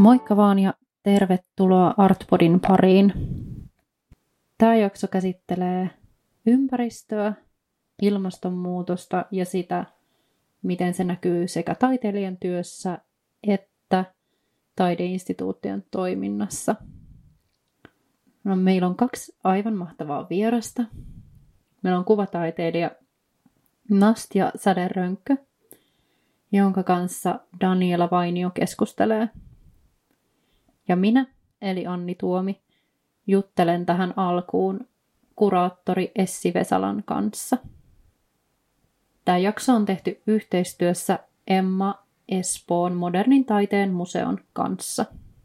Moikka vaan ja tervetuloa Artpodin pariin. Tämä jakso käsittelee ympäristöä, ilmastonmuutosta ja sitä, miten se näkyy sekä taiteilijan työssä että taideinstituution toiminnassa. No, meillä on 2 aivan mahtavaa vierasta. Meillä on kuvataiteilija Nastja Säderönkkö, jonka kanssa Daniela Vainio keskustelee. Ja minä, eli Anni Tuomi, juttelen tähän alkuun kuraattori Essi Vesalan kanssa. Tämä jakso on tehty yhteistyössä Emma Espoon Modernin taiteen museon kanssa.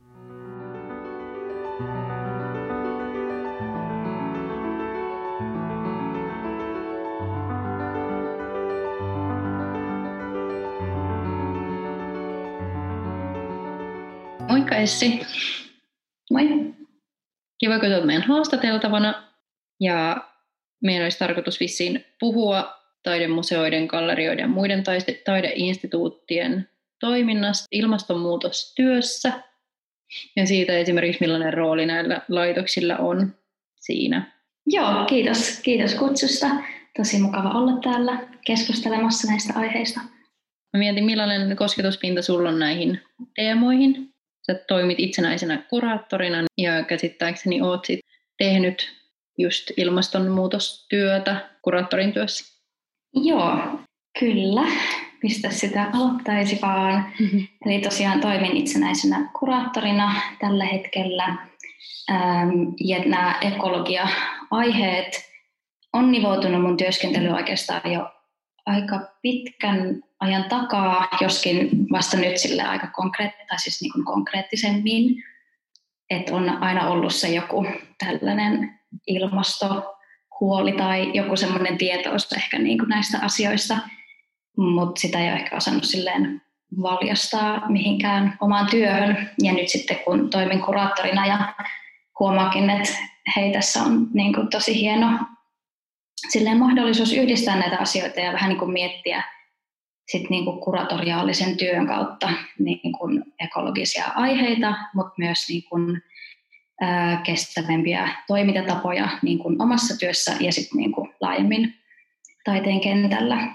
Moikka Essi. Moi. Kiva, kun olet meidän haastateltavana. Ja meidän olisi tarkoitus vissiin puhua taidemuseoiden, gallerioiden ja muiden taideinstituuttien toiminnasta ilmastonmuutostyössä. Ja siitä esimerkiksi millainen rooli näillä laitoksilla on siinä. Joo, kiitos kutsusta. Tosi mukava olla täällä keskustelemassa näistä aiheista. Mä mietin, millainen kosketuspinta sulla on näihin teemoihin. Sä toimit itsenäisenä kuraattorina ja käsittääkseni oot sit tehnyt just ilmastonmuutostyötä kuraattorin työssä. Joo, kyllä. Mistä sitä aloittaisikaan. Eli tosiaan toimin itsenäisenä kuraattorina tällä hetkellä. Ja nämä ekologia-aiheet on nivoutunut mun työskentelyyn oikeastaan jo aika pitkän ajan takaa, joskin vasta nyt sille aika konkreettisemmin, että on aina ollut se joku tällainen ilmastohuoli tai joku semmoinen tietous ehkä niin kuin näistä asioista, mutta sitä ei ole ehkä osannut silleen valjastaa mihinkään omaan työhön. Ja nyt sitten kun toimin kuraattorina ja huomaakin, että hei, tässä on niin kuin tosi hieno silleen mahdollisuus yhdistää näitä asioita ja vähän niin kuin miettiä sit niin kuin kuratoriaalisen työn kautta niin kuin ekologisia aiheita, mutta myös niin kuin, kestävämpiä toimintatapoja niin kuin omassa työssä ja sitten niin kuin laajemmin taiteen kentällä.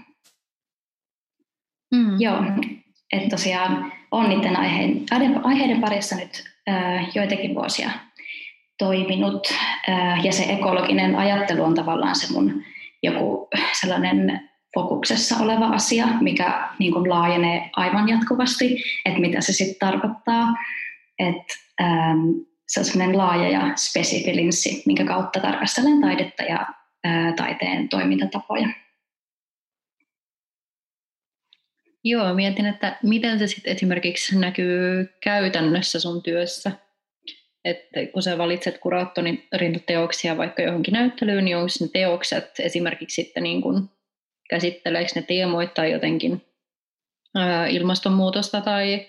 Joo, että tosiaan olen niiden aiheiden parissa nyt joitakin vuosia toiminut, ja se ekologinen ajattelu on tavallaan se mun joku sellainen fokuksessa oleva asia, mikä niin kuin laajenee aivan jatkuvasti, että mitä se sitten tarkoittaa, että se on sellainen laaja ja spesifi linssi, minkä kautta tarkastelen taidetta ja taiteen toimintatapoja. Joo, mietin, että miten se sitten esimerkiksi näkyy käytännössä sun työssä. Että kun sä valitset kuraattorin teoksia vaikka johonkin näyttelyyn, niin onko ne teokset esimerkiksi sitten niin kuin, käsitteleekö ne teemoita tai jotenkin ilmastonmuutosta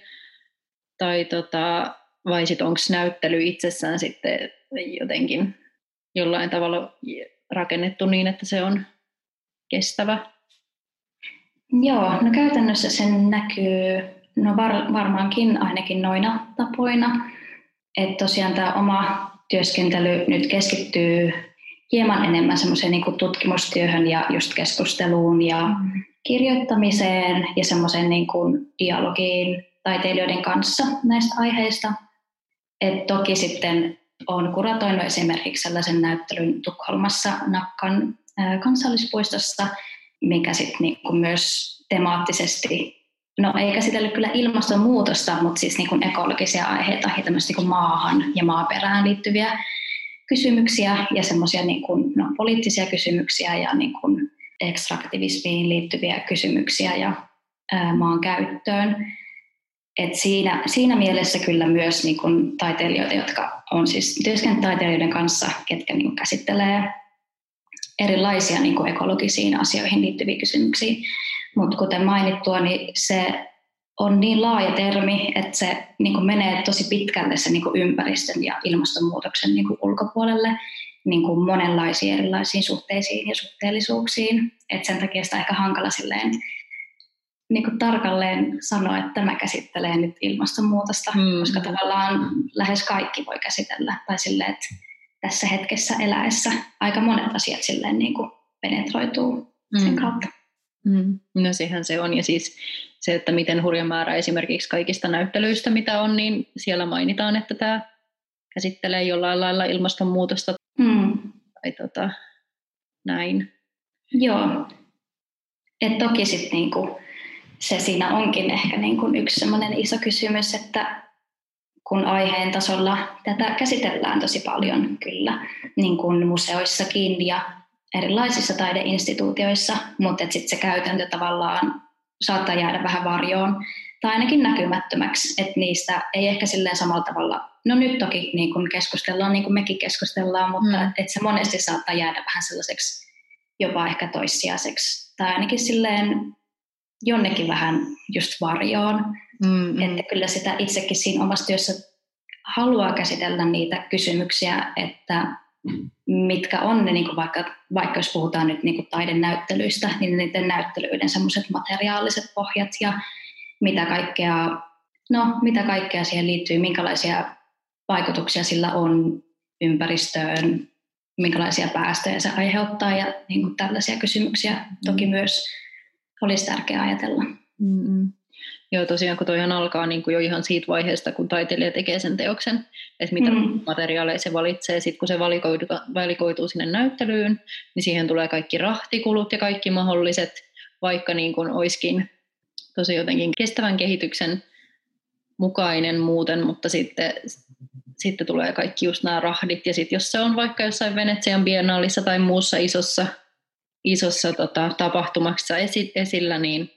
vai sitten onko näyttely itsessään sitten jotenkin jollain tavalla rakennettu niin, että se on kestävä? Joo, no käytännössä sen näkyy varmaankin ainakin noina tapoina. Että tosiaan tämä oma työskentely nyt keskittyy hieman enemmän semmoiseen niin kuin tutkimustyöhön ja just keskusteluun ja kirjoittamiseen ja semmoiseen niin kuin dialogiin taiteilijoiden kanssa näistä aiheista. Et toki sitten olen kuratoinut esimerkiksi sellaisen näyttelyn Tukholmassa Nakkan kansallispuistossa, mikä sitten niin kuin myös temaattisesti, no ei käsitellyt kyllä ilmastonmuutosta, mutta siis niin kuin ekologisia aiheita ja tämmöistä niin kuin maahan ja maaperään liittyviä kysymyksiä ja semmoisia niin kuin, poliittisia kysymyksiä ja niin kuin ekstraktivismiin liittyviä kysymyksiä ja maankäyttöön. Et siinä mielessä kyllä myös niin kuin taiteilijoita, jotka on siis työskentelytaiteilijoiden kanssa, ketkä niin kuin käsittelee erilaisia niin kuin ekologisiin asioihin liittyviä kysymyksiä. Mutta kuten mainittua, niin se on niin laaja termi, että se niin kuin menee tosi pitkälle se niin kuin ympäristön ja ilmastonmuutoksen niin kuin ulkopuolelle niin kuin monenlaisiin erilaisiin suhteisiin ja suhteellisuuksiin. Et sen takia sitä on ehkä hankala silleen niin kuin tarkalleen sanoa, että tämä käsittelee nyt ilmastonmuutosta, koska tavallaan lähes kaikki voi käsitellä. Tai silleen, että tässä hetkessä eläessä aika monet asiat silleen niin kuin penetroituu sen kautta. No sehän se on. Ja siis se, että miten hurja määrä esimerkiksi kaikista näyttelyistä, mitä on, niin siellä mainitaan, että tämä käsittelee jollain lailla ilmastonmuutosta tai näin. Joo. Et toki sitten niinku se siinä onkin ehkä niinku yksi semmoinen iso kysymys, että kun aiheen tasolla tätä käsitellään tosi paljon kyllä, niin kuin museoissakin ja erilaisissa taideinstituutioissa, mutta sitten se käytäntö tavallaan saattaa jäädä vähän varjoon tai ainakin näkymättömäksi, että niistä ei ehkä silleen samalla tavalla, no nyt toki niin kuin keskustellaan, niin kuin mekin keskustellaan, mutta että se monesti saattaa jäädä vähän sellaiseksi jopa ehkä toissijaiseksi tai ainakin silleen jonnekin vähän just varjoon, että kyllä sitä itsekin siinä omassa työssä haluaa käsitellä niitä kysymyksiä, että mitkä on ne, niin kuin vaikka jos puhutaan nyt niin kuin taidenäyttelyistä, niin niiden näyttelyiden semmoiset materiaaliset pohjat ja mitä kaikkea siihen liittyy, minkälaisia vaikutuksia sillä on ympäristöön, minkälaisia päästöjä se aiheuttaa ja niin kuin tällaisia kysymyksiä toki myös olisi tärkeää ajatella. Joo, tosiaan kun toihan alkaa niin kuin jo ihan siitä vaiheesta, kun taiteilija tekee sen teoksen, että mitä materiaaleja se valitsee. Sitten kun se valikoituu sinne näyttelyyn, niin siihen tulee kaikki rahtikulut ja kaikki mahdolliset, vaikka niin kuin olisikin tosi jotenkin kestävän kehityksen mukainen muuten, mutta sitten tulee kaikki just nämä rahdit. Ja sitten jos se on vaikka jossain Venetsian biennaalissa tai muussa isossa tapahtumassa esillä, niin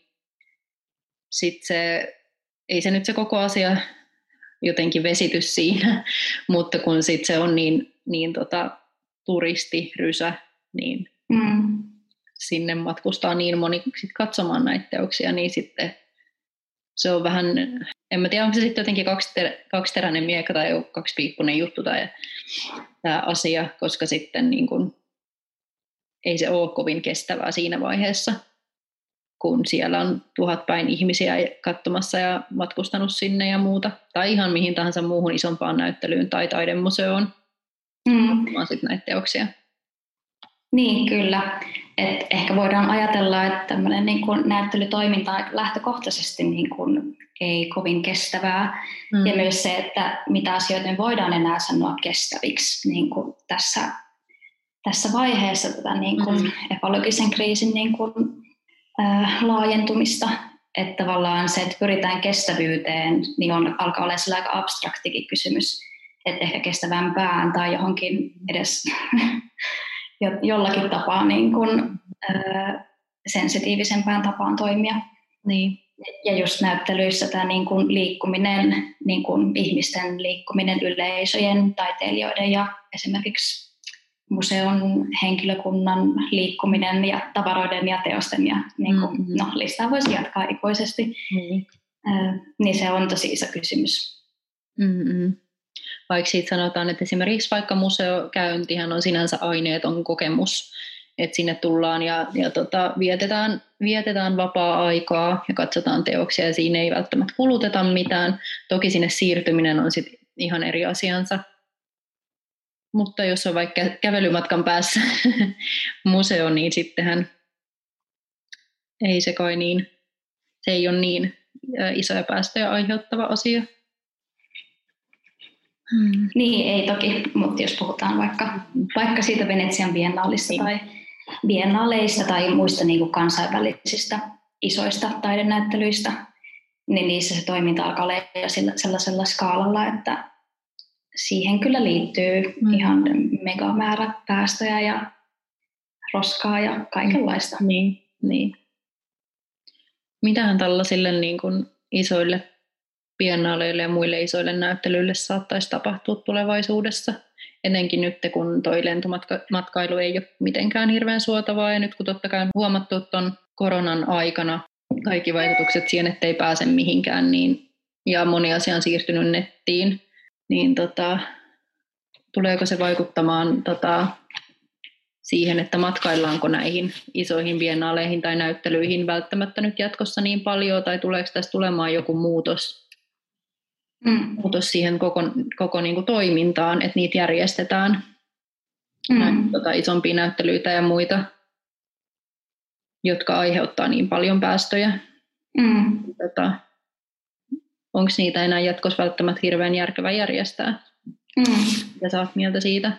sitten ei se nyt se koko asia jotenkin vesity siinä, mutta kun sitten se on niin turistirysä, niin sinne matkustaa niin moni sit katsomaan näitä teoksia, niin sitten se on vähän, en mä tiedä, onko se sitten jotenkin kaksiteräinen miekka tai kaksipiippunen juttu tai tämä asia, koska sitten niin kun, ei se ole kovin kestävää siinä vaiheessa, kun siellä on 1000 päin ihmisiä katsomassa ja matkustanut sinne ja muuta. Tai ihan mihin tahansa muuhun isompaan näyttelyyn tai taidemuseoon katsomaan sitten näitä teoksia. Niin, kyllä. Et ehkä voidaan ajatella, että tämmöinen niin kuin näyttelytoiminta on lähtökohtaisesti niin kuin ei kovin kestävää. Ja myös se, että mitä asioita voidaan enää sanoa kestäviksi niin kuin tässä vaiheessa tätä niin kuin ekologisen kriisin niin kuin laajentumista, että tavallaan se, että pyritään kestävyyteen, niin alkaa olla sillä aika abstraktikin kysymys, että ehkä kestävämpään tai johonkin edes jollakin tapaa niin kuin, sensitiivisempään tapaan toimia. Niin. Ja just näyttelyissä tämä niin kuin liikkuminen, niin kuin ihmisten liikkuminen, yleisöjen, taiteilijoiden ja esimerkiksi museon henkilökunnan liikkuminen ja tavaroiden ja teosten ja niin kuin, listaa voisi jatkaa ikuisesti. Niin se on tosi iso kysymys. Vaikka siitä sanotaan, että esimerkiksi vaikka museokäyntihän on sinänsä aineeton kokemus, että sinne tullaan ja vietetään vapaa-aikaa ja katsotaan teoksia ja siinä ei välttämättä kuluteta mitään. Toki sinne siirtyminen on sitten ihan eri asiansa. Mutta jos on vaikka kävelymatkan päässä museo, niin sittenhän ei se kai niin, se ei ole niin isoja päästöjä aiheuttava asia. Niin, ei toki, mutta jos puhutaan vaikka siitä Venetsian biennaalista tai biennaaleista tai muista niin kuin kansainvälisistä isoista taidenäyttelyistä, niin niissä se toiminta alkaa olla sellaisella skaalalla, että siihen kyllä liittyy ihan megamäärä päästöjä ja roskaa ja kaikenlaista. Niin. Mitähän tällaisille niin kuin isoille biennaaleille ja muille isoille näyttelyille saattaisi tapahtua tulevaisuudessa? Etenkin nyt, kun toi lentomatkailu ei ole mitenkään hirveän suotavaa ja nyt kun totta kai on huomattu tuon koronan aikana kaikki vaikutukset siihen, ettei pääse mihinkään niin, ja moni asia on siirtynyt nettiin, niin tuleeko se vaikuttamaan siihen, että matkaillaanko näihin isoihin biennaaleihin tai näyttelyihin välttämättä nyt jatkossa niin paljon, tai tuleeko tässä tulemaan joku muutos siihen koko niin kuin toimintaan, että niitä järjestetään, isompia näyttelyitä ja muita, jotka aiheuttaa niin paljon päästöjä. Onko niitä enää jatkossa välttämättä hirveän järkevä järjestää? Mitä sä oot mieltä siitä?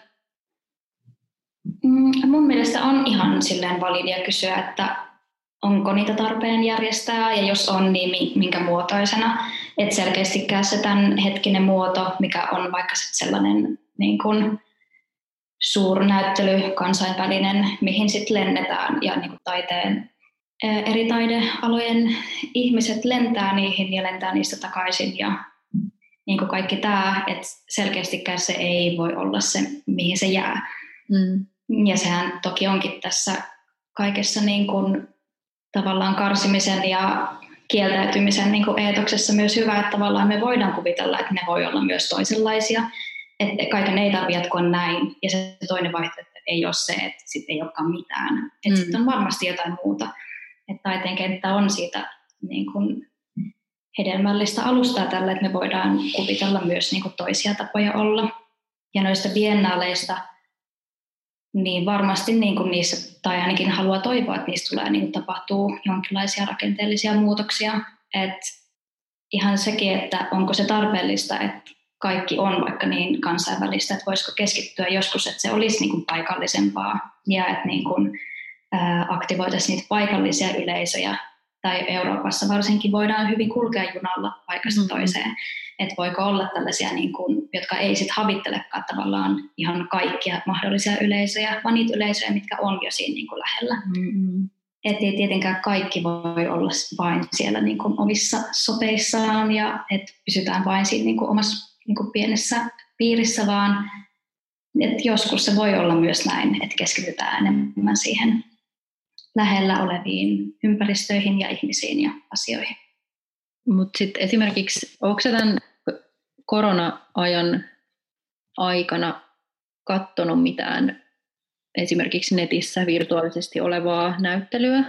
Mun mielestä on ihan silleen validia kysyä, että onko niitä tarpeen järjestää ja jos on, niin minkä muotoisena. Että selkeästikään se tämän hetkinen muoto, mikä on vaikka sellainen niin kuin suurnäyttely, kansainvälinen, mihin sitten lennetään ja niin kuin taiteen eri taidealojen ihmiset lentää niihin ja lentää niistä takaisin ja niin kuin kaikki tämä, että selkeästikään se ei voi olla se, mihin se jää. Ja sehän toki onkin tässä kaikessa niin kuin tavallaan karsimisen ja kieltäytymisen niin kuin eetoksessa myös hyvä, että tavallaan me voidaan kuvitella, että ne voi olla myös toisenlaisia, että kaiken ei tarvitse jatkua näin. Ja se toinen vaihtoehto ei ole se, että sitten ei olekaan mitään. Että sitten on varmasti jotain muuta. Että taiteen kenttä on siitä niin kuin hedelmällistä alustaa tällä, että me voidaan kuvitella myös niin kuin toisia tapoja olla. Ja noista biennaaleista, niin varmasti niin kuin niissä, tai ainakin haluaa toivoa, että niistä tulee, niin kuin tapahtuu jonkinlaisia rakenteellisia muutoksia. Et ihan sekin, että onko se tarpeellista, että kaikki on vaikka niin kansainvälistä, että voisiko keskittyä joskus, että se olisi niin kuin paikallisempaa ja että niin kuin, aktivoitaisiin niitä paikallisia yleisöjä. Tai Euroopassa varsinkin voidaan hyvin kulkea junalla paikasta toiseen. Että voiko olla tällaisia, niin kuin, jotka ei sitten havittelekaan tavallaan ihan kaikkia mahdollisia yleisöjä, vaan niitä yleisöjä, mitkä on jo siinä niin kuin lähellä. Että ei tietenkään kaikki voi olla vain siellä niin kuin omissa sopeissaan ja että pysytään vain siinä niin kuin omassa niin kuin pienessä piirissä, vaan että joskus se voi olla myös näin, että keskitytään enemmän siihen lähellä oleviin ympäristöihin ja ihmisiin ja asioihin. Mutta sitten esimerkiksi, onko sä tämän korona-ajan aikana katsonut mitään esimerkiksi netissä virtuaalisesti olevaa näyttelyä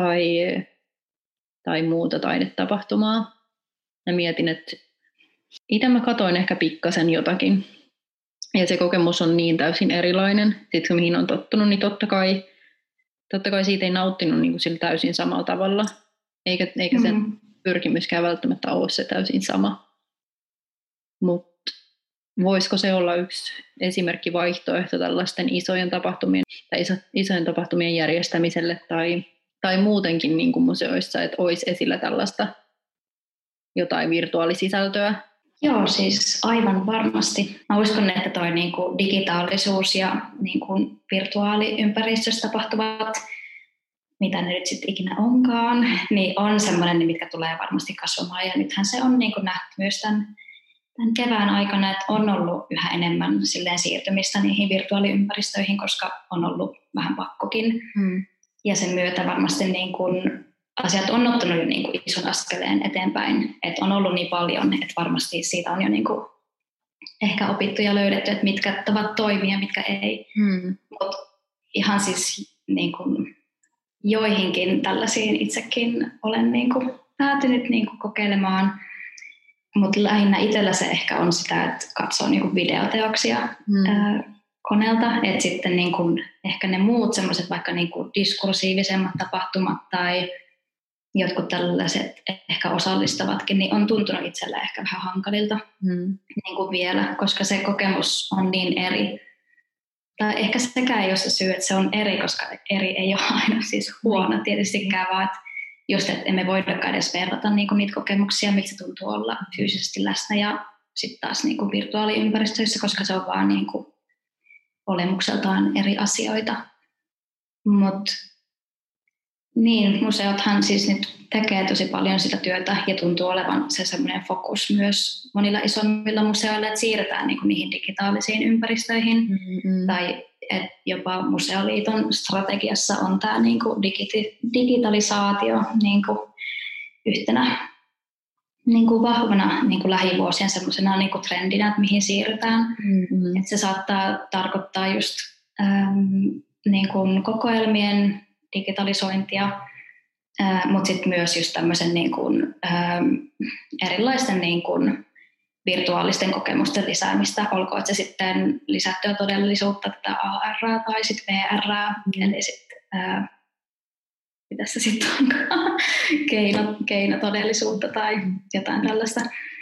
tai muuta taidetapahtumaa? Mä mietin, että itse mä katoin ehkä pikkasen jotakin. Ja se kokemus on niin täysin erilainen. Sitten mihin on tottunut, niin totta kai siitä ei nauttinut niin kuin sillä täysin samalla tavalla. Eikä sen pyrkimyskään välttämättä ole se täysin sama. Mutta voisiko se olla yksi esimerkki vaihtoehto tällaisten isojen tapahtumien järjestämiselle tai muutenkin niin kuin museoissa, että olisi esillä tällaista jotain virtuaalisisältöä? Joo, siis aivan varmasti. Mä uskon, että toi niinku digitaalisuus ja niinku virtuaaliympäristössä tapahtuvat, mitä ne nyt sitten ikinä onkaan, niin on semmoinen, mitkä tulee varmasti kasvamaan. Ja nythän se on niinku nähty myös tämän kevään aikana, että on ollut yhä enemmän silleen siirtymistä niihin virtuaaliympäristöihin, koska on ollut vähän pakkokin. Ja sen myötä varmasti niinku asiat on ottanut jo niinku ison askeleen eteenpäin, että on ollut niin paljon, että varmasti siitä on jo niinku ehkä opittu ja löydetty, että mitkä tavat toimia ja mitkä ei. Mutta ihan siis niinku joihinkin tällaisiin itsekin olen niinku päätynyt niinku kokeilemaan, mutta lähinnä itsellä se ehkä on sitä, että katsoo niinku videoteoksia koneelta, että sitten niinku ehkä ne muut semmoiset vaikka niinku diskursiivisemmat tapahtumat tai jotkut tällaiset ehkä osallistavatkin, niin on tuntunut itsellä ehkä vähän hankalilta niin kuin vielä, koska se kokemus on niin eri. Tai ehkä sekään ei ole se syy, että se on eri, koska eri ei ole aina siis huono tietystikään, vaan että just, että emme voidakaan edes verrata niin kuin niitä kokemuksia, miltä se tuntuu olla fyysisesti läsnä ja sitten taas niin kuin virtuaaliympäristöissä, koska se on vaan niin kuin olemukseltaan eri asioita. Mutta niin, museothan siis nyt tekee tosi paljon sitä työtä ja tuntuu olevan se semmoinen fokus myös monilla isommilla museoilla, että siirretään niin kuin niihin digitaalisiin ympäristöihin. Tai että jopa Museoliiton strategiassa on tämä niin kuin digitalisaatio niin kuin yhtenä niin kuin vahvana niin kuin lähivuosien semmoisena niin kuin trendinä, että mihin siirrytään. Että se saattaa tarkoittaa just niin kuin kokoelmien digitalisointia, mutta sitten myös just tämmöisen niin kuin, erilaisten niin kuin virtuaalisten kokemusten lisäämistä, olkoon se sitten lisättyä todellisuutta, tätä AR tai sitten VR, eli sitten, mitä se sitten onkaan, keinotodellisuutta tai jotain tällaista.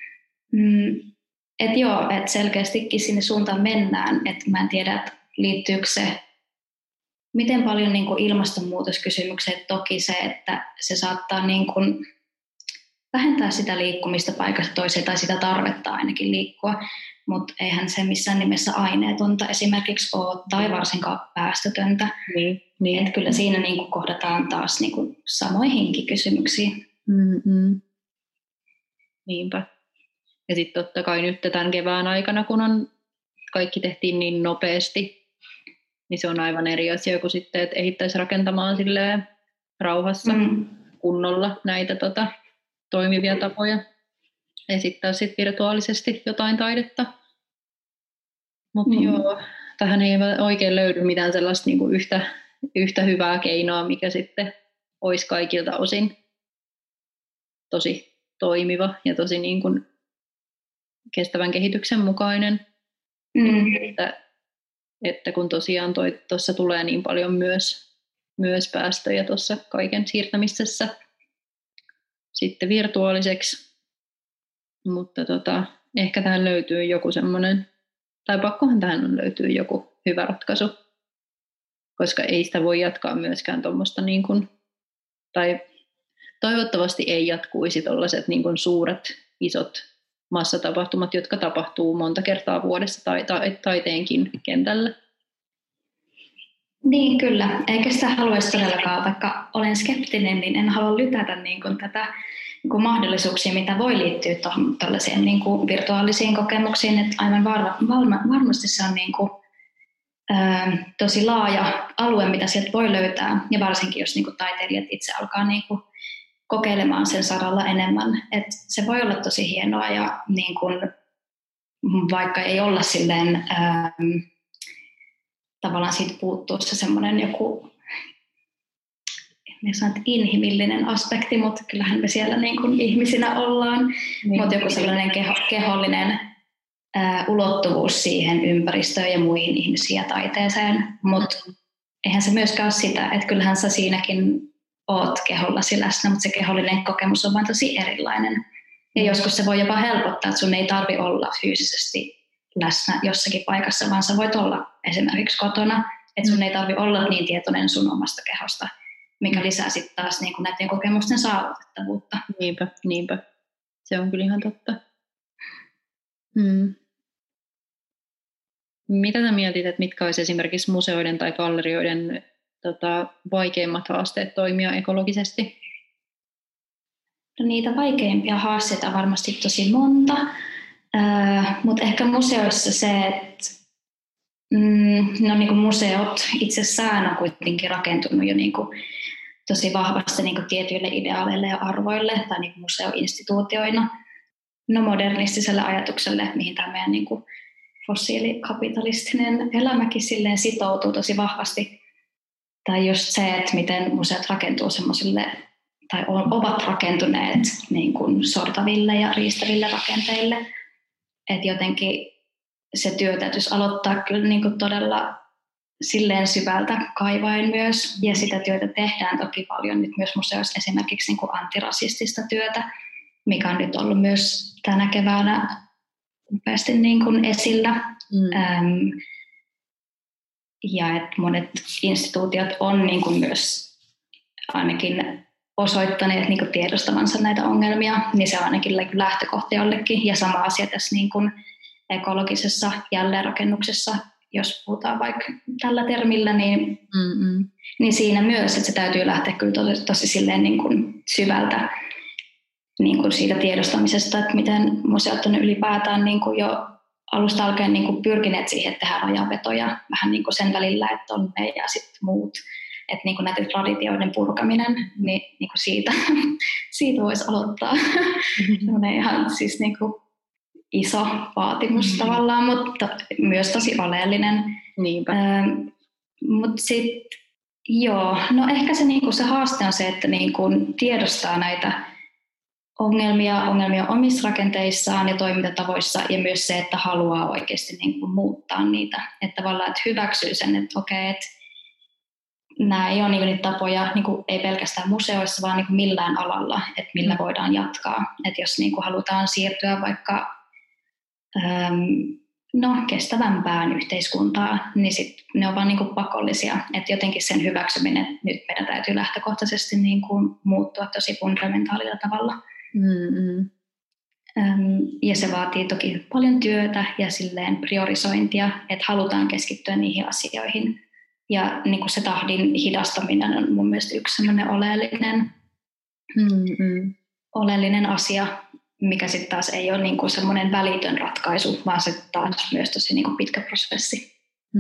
Että joo, että selkeästikin sinne suuntaan mennään, että mä en tiedä, että liittyykö se, miten paljon niin kuin ilmastonmuutoskysymykset, toki se, että se saattaa niin kuin vähentää sitä liikkumista paikasta toiseen tai sitä tarvetta ainakin liikkua, mutta eihän se missään nimessä aineetonta esimerkiksi ole tai varsinkaan päästötöntä. Niin. Että kyllä siinä niin kuin kohdataan taas niin kuin samoihinkin kysymyksiin. Niinpä. Ja sitten totta kai nyt tämän kevään aikana, kun kaikki tehtiin niin nopeasti, niin se on aivan eri asia kuin sitten, että ehdittäisiin rakentamaan silleen rauhassa kunnolla näitä toimivia tapoja. Esittää sitten virtuaalisesti jotain taidetta. Mutta joo, tähän ei oikein löydy mitään sellaista niinku yhtä hyvää keinoa, mikä sitten olisi kaikilta osin tosi toimiva ja tosi niin kuin kestävän kehityksen mukainen. Että kun tosiaan tuossa tulee niin paljon myös päästöjä tuossa kaiken siirtämisessä sitten virtuaaliseksi. Mutta ehkä tähän löytyy joku semmoinen, tai pakkohan tähän löytyy joku hyvä ratkaisu, koska ei sitä voi jatkaa myöskään tuommoista niin kuin, tai toivottavasti ei jatkuisi tuollaiset niin kuin suuret, isot massatapahtumat, jotka tapahtuu monta kertaa vuodessa taiteenkin kentällä. Niin kyllä, eikä sitä haluaisi todellakaan, vaikka olen skeptinen, niin en halua lytätä niin kuin tätä niin kuin mahdollisuuksia, mitä voi liittyä tuollaisiin niin kuin virtuaalisiin kokemuksiin, että aivan varmasti se on niin kuin, tosi laaja alue, mitä sieltä voi löytää, ja varsinkin jos niin kuin taiteilijat itse alkaa niin kuin kokeilemaan sen saralla enemmän. Et se voi olla tosi hienoa ja niin kun, vaikka ei olla silleen, tavallaan siitä puuttuu se semmoinen joku inhimillinen aspekti, mutta kyllähän me siellä niin kun ihmisinä ollaan, mutta joku sellainen kehollinen ulottuvuus siihen ympäristöön ja muihin ihmisiin ja taiteeseen, mutta eihän se myöskään ole sitä, että kyllähän sä siinäkin oot kehollasi läsnä, mutta se kehollinen kokemus on vain tosi erilainen. Ja joskus se voi jopa helpottaa, että sun ei tarvitse olla fyysisesti läsnä jossakin paikassa, vaan sä voit olla esimerkiksi kotona, että sun ei tarvitse olla niin tietoinen sun omasta kehosta, mikä lisää sitten taas niin kuin näiden kokemusten saavutettavuutta. Niinpä. Se on kyllä ihan totta. Mitä sä mietit, että mitkä olisi esimerkiksi museoiden tai gallerioiden vaikeimmat haasteet toimia ekologisesti? No, niitä vaikeimpia haasteita on varmasti tosi monta, mutta ehkä museoissa se, että niin kuin museot itsessään on kuitenkin rakentunut jo niin kuin tosi vahvasti niin kuin tietyille ideaaleille ja arvoille tai niin kuin museoinstituutioina. No, modernistiselle ajatukselle, mihin tämä meidän niin kuin fossiilikapitalistinen elämäkin silleen sitoutuu tosi vahvasti. Tai just se, että miten museot rakentuu semmoisille, tai ovat rakentuneet niin kuin sortaville ja riistäville rakenteille. Että jotenkin se työ täytyisi aloittaa kyllä niin kuin todella silleen syvältä kaivaen myös. Ja sitä työtä tehdään toki paljon nyt myös museoissa, esimerkiksi niin kuin antirasistista työtä, mikä on nyt ollut myös tänä keväänä upeasti niin kuin esillä. Ja että monet instituutiot on niin kuin myös ainakin osoittaneet niin kuin tiedostavansa näitä ongelmia, niin se on ainakin lähtökohta jollekin. Ja sama asia tässä niin kuin ekologisessa jälleenrakennuksessa, jos puhutaan vaikka tällä termillä, niin siinä myös, että se täytyy lähteä kyllä tosi silleen niin kuin syvältä niin kuin siitä tiedostamisesta, että miten museot on ylipäätään niin kuin jo alusta alkaen niin kuin pyrkineet siihen, että tehdään rajanvetoja vähän niin kuin sen välillä, että on ne ja sitten muut. Että niin kuin näiden traditioiden purkaminen, niin kuin siitä voisi aloittaa. Sellainen ihan siis niin kuin iso vaatimus tavallaan, mutta myös tosi oleellinen. Niinpä. Mutta sitten joo, no ehkä se haaste on se, että niinku tiedostaa näitä ongelmia omissa rakenteissaan ja toimintatavoissa ja myös se, että haluaa oikeasti niinku muuttaa niitä. Että tavallaan että hyväksyy sen, että okei, että nämä ei ole niinku niitä tapoja, niinku ei pelkästään museoissa, vaan niinku millään alalla, että millä voidaan jatkaa. Että jos niinku halutaan siirtyä vaikka kestävämpään yhteiskuntaan, niin sit ne on vaan niinku pakollisia. Että jotenkin sen hyväksyminen, että nyt meidän täytyy lähtökohtaisesti niinku muuttua tosi fundamentaalilla tavalla. Mm-hmm. Ja se vaatii toki paljon työtä ja silleen priorisointia, että halutaan keskittyä niihin asioihin. Ja niin kuin se tahdin hidastaminen on mun mielestä yksi sellainen oleellinen asia, mikä sitten taas ei ole niin kuin semmoinen välitön ratkaisu, vaan se taas myös tosi niin kuin pitkä prosessi.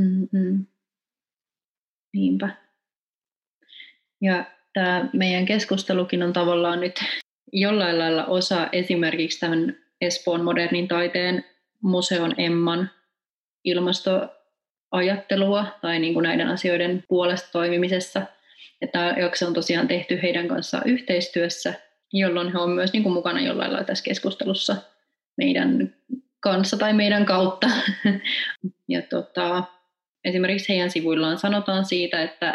Niinpä. Ja tämä meidän keskustelukin on tavallaan nyt jollain lailla osa esimerkiksi tämän Espoon modernin taiteen museon Emman ilmastoajattelua tai niin kuin näiden asioiden puolesta toimimisessa. Tämä jakso on tosiaan tehty heidän kanssaan yhteistyössä, jolloin he on myös niin kuin mukana jollain lailla tässä keskustelussa meidän kanssa tai meidän kautta. Ja esimerkiksi heidän sivuillaan sanotaan siitä, että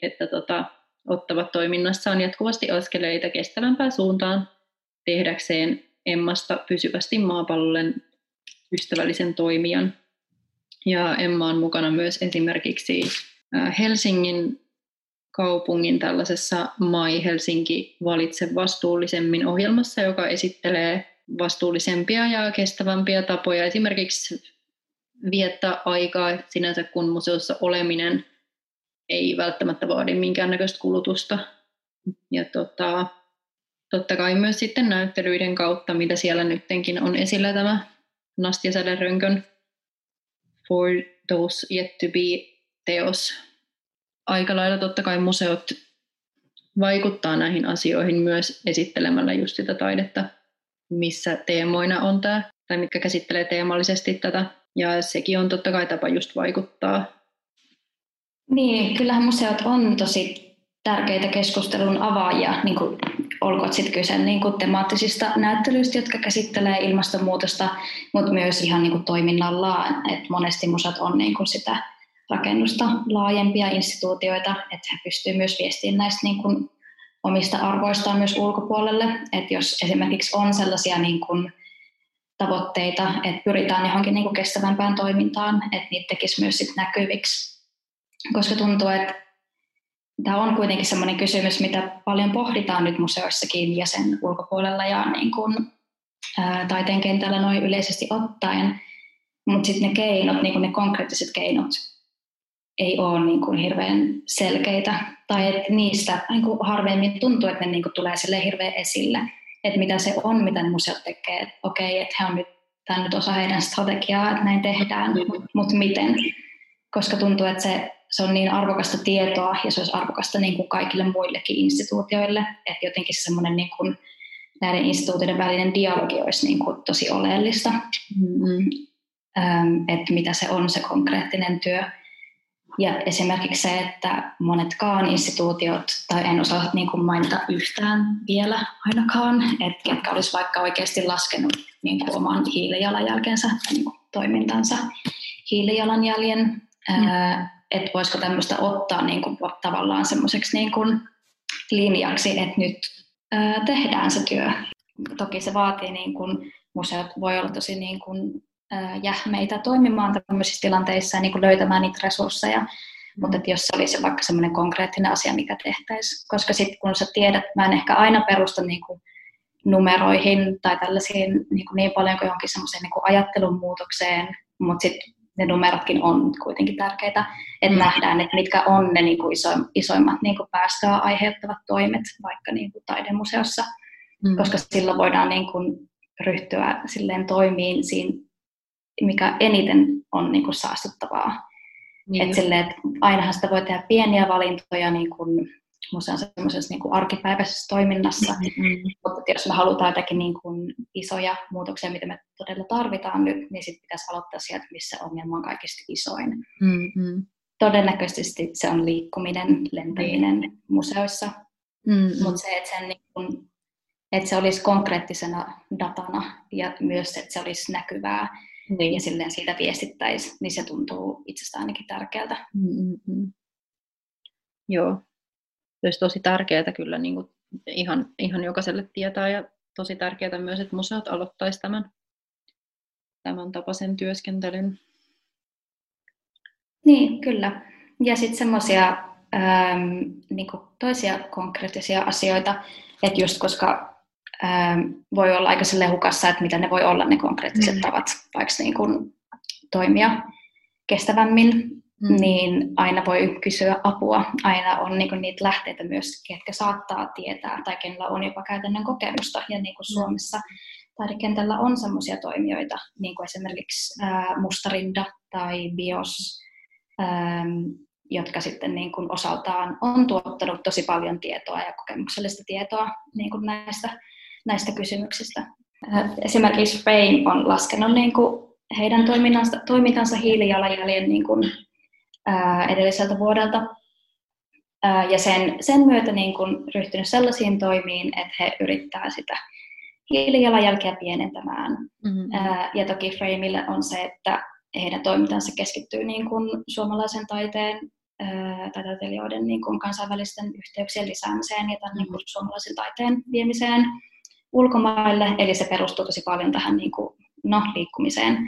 ottavat toiminnassaan jatkuvasti askeleita kestävämpään suuntaan tehdäkseen Emmasta pysyvästi maapallolle ystävällisen toimijan. Ja Emma on mukana myös esimerkiksi Helsingin kaupungin tällaisessa My Helsinki valitse vastuullisemmin -ohjelmassa, joka esittelee vastuullisempia ja kestävämpiä tapoja esimerkiksi viettää aikaa sinänsä, kun museossa oleminen ei välttämättä vaadi minkäännäköistä kulutusta. Ja totta kai myös sitten näyttelyiden kautta, mitä siellä nyttenkin on esillä tämä Nastia Säderönkön For Those Yet to Be -teos. Aika lailla totta kai museot vaikuttaa näihin asioihin myös esittelemällä just sitä taidetta, missä teemoina on tämä, tai mitkä käsittelee teemallisesti tätä. Ja sekin on totta kai tapa just vaikuttaa. Niin, kyllähän museot on tosi tärkeitä keskustelun avaajia, niin kuin olkoon sitten kyse niin kuin temaattisista näyttelyistä, jotka käsittelee ilmastonmuutosta, mutta myös ihan niin kuin toiminnallaan, että monesti museot on niin kuin sitä rakennusta laajempia instituutioita, että he pystyvät myös viestimään näistä niin kuin omista arvoistaan myös ulkopuolelle, että jos esimerkiksi on sellaisia niin kuin tavoitteita, että pyritään johonkin niin kuin kestävämpään toimintaan, että niitä tekisi myös sit näkyviksi, koska tuntuu, että tämä on kuitenkin sellainen kysymys, mitä paljon pohditaan nyt museoissakin ja sen ulkopuolella ja niin kuin, taiteen kentällä noin yleisesti ottaen, mutta sitten ne keinot, niin kuin ne konkreettiset keinot, ei ole niin kuin hirveän selkeitä tai että niistä niin kuin harvemmin tuntuu, että ne niin kuin tulee silleen hirveän esille, että mitä se on, mitä ne museot tekee, että okei, että tämä on nyt osa heidän strategiaa, että näin tehdään, mutta miten, koska tuntuu, että se on niin arvokasta tietoa ja se olisi arvokasta niin kuin kaikille muillekin instituutioille, että jotenkin semmoinen niin kuin näiden instituutioiden välinen dialogi olisi niin kuin tosi oleellista, että mitä se on se konkreettinen työ. Ja esimerkiksi se, että monetkaan instituutiot, tai en osaa niin kuin mainita yhtään vielä ainakaan, että ketkä olisi vaikka oikeasti laskenut niin kuin oman hiilijalanjälkensä, niin kuin toimintansa hiilijalanjäljen, että voisiko tämmöistä ottaa niin kuin tavallaan semmoiseksi niin kuin linjaksi, että nyt tehdään se työ. Toki se vaatii, niin kuin museot voi olla tosi niin kuin jähmeitä toimimaan tämmöisissä tilanteissa ja niin kuin löytämään niitä resursseja, mutta että jos se olisi vaikka semmoinen konkreettinen asia, mikä tehtäisiin, koska sitten kun sä tiedät, mä en ehkä aina perusta niin kuin numeroihin tai tällaisiin niin paljon kuin johonkin semmoiseen niin kuin ajattelun muutokseen, mutta sitten ne numerotkin on kuitenkin tärkeitä, että nähdään, että mitkä on ne niin kuin isoimmat niin kuin päästöä aiheuttavat toimet vaikka niin kuin taidemuseossa, koska silloin voidaan niin kuin ryhtyä silleen toimiin siinä, mikä eniten on niin kuin saastuttavaa. Niin. Että ainahan sitä voi tehdä pieniä valintoja niin kuin museon semmoisessa niin kuin arkipäiväisessä toiminnassa, mutta jos me halutaan jotakin niin kuin isoja muutoksia, mitä me todella tarvitaan nyt, niin sitten pitäisi aloittaa sieltä, missä ongelma on kaikista isoin. todennäköisesti se on liikkuminen, lentäminen museoissa. Mutta se, että se olisi konkreettisena datana ja myös, että se olisi näkyvää ja silleen siitä viestittäisi, niin se tuntuu itsestä ainakin tärkeältä. Joo, se olisi tosi tärkeää kyllä niin kuin ihan jokaiselle tietää ja tosi tärkeää myös, että museot aloittaisi tämän tapaisen työskentelyn. Niin, kyllä. Ja sitten semmoisia niinku toisia konkreettisia asioita, että just koska voi olla aika silleen hukassa, että mitä ne voi olla ne konkreettiset tavat, vaikka niinku toimia kestävämmin, niin aina voi kysyä apua. Aina on niinku niitä lähteitä myös, ketkä saattaa tietää tai kenellä on jopa käytännön kokemusta. Ja niinku Suomessa taidekentällä on semmoisia toimijoita, niin kuin esimerkiksi Mustarinda tai BIOS, jotka sitten niin kuin osaltaan on tuottanut tosi paljon tietoa ja kokemuksellista tietoa niin kuin näistä kysymyksistä. Esimerkiksi Frame on laskenut niin kuin heidän toimintansa hiilijalanjäljen niin kuin, edelliseltä vuodelta ja sen myötä niin kuin ryhtynyt sellaisiin toimiin, että he yrittää sitä hiilijalanjälkeä pienentämään. Ja toki Frameille on se, että heidän toimintansa keskittyy niin kuin suomalaisen taiteen tai taiteilijoiden niin kuin kansainvälisten yhteyksien lisäämiseen ja tämän niin kuin suomalaisen taiteen viemiseen ulkomaille. Eli se perustuu tosi paljon tähän niin kuin, liikkumiseen.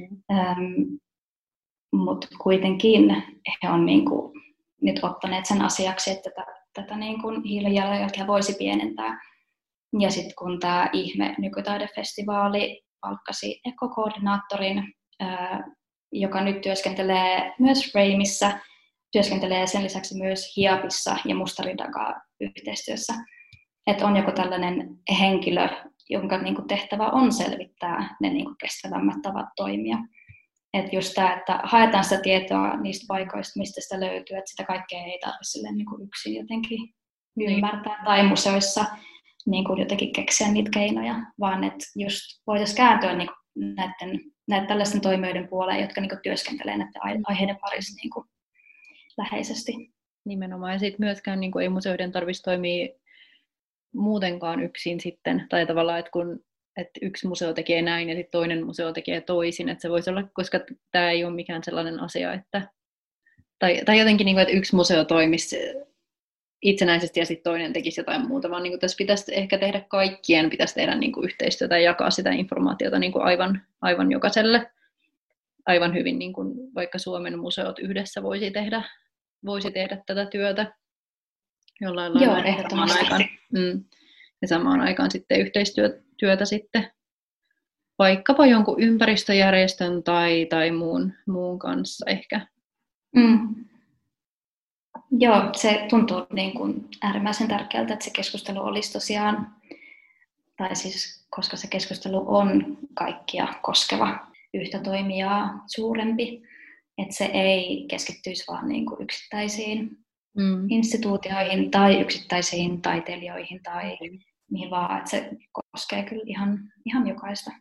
Mutta kuitenkin he on niin kuin, nyt ottaneet sen asiaksi, että tätä niin kuin hiilijalanjälkeä voisi pienentää. Ja sitten kun tämä ihme nykytaidefestivaali palkkasi ekokoordinaattorin, joka nyt työskentelee myös Frameissa, työskentelee sen lisäksi myös Hiabissa ja Mustarindan yhteistyössä. Että on joku tällainen henkilö, jonka niinku tehtävä on selvittää ne niinku kestävämmät tavat toimia. Että just tämä, että haetaan sitä tietoa niistä paikoista, mistä sitä löytyy, että sitä kaikkea ei tarvitse niinku yksin jotenkin ymmärtää. Tai museoissa niin kuin jotenkin keksiä niitä keinoja, vaan että just voitaisiin kääntyä niin näiden tällaisten toimijoiden puoleen, jotka niin kuin työskentelee näiden aiheiden parissa niin kuin läheisesti. Nimenomaan, ja sitten myöskään niin kuin ei museoiden tarvitsisi toimia muutenkaan yksin sitten, tai tavallaan, että yksi museo tekee näin ja sitten toinen museo tekee toisin, että se voisi olla, koska tämä ei ole mikään sellainen asia, että tai jotenkin, niin kuin, että yksi museo toimisi itsenäisesti ja sitten toinen tekisi jotain muuta, vaan niin kuin tässä pitäisi ehkä tehdä pitäisi tehdä niin kuin yhteistyötä ja jakaa sitä informaatiota niin kuin aivan jokaiselle. Aivan hyvin niin kuin vaikka Suomen museot yhdessä voisi tehdä tätä työtä jollain lailla. Joo, ehdottomasti. Ja samaan aikaan sitten yhteistyötä sitten vaikkapa jonkun ympäristöjärjestön tai muun kanssa ehkä. Joo, se tuntuu niin kuin äärimmäisen tärkeältä, että se keskustelu olisi tosiaan, tai siis koska se keskustelu on kaikkia koskeva, yhtä toimijaa suurempi, että se ei keskittyisi vaan niin kuin yksittäisiin instituutioihin tai yksittäisiin taiteilijoihin tai mihin vaan, että se koskee kyllä ihan jokaista.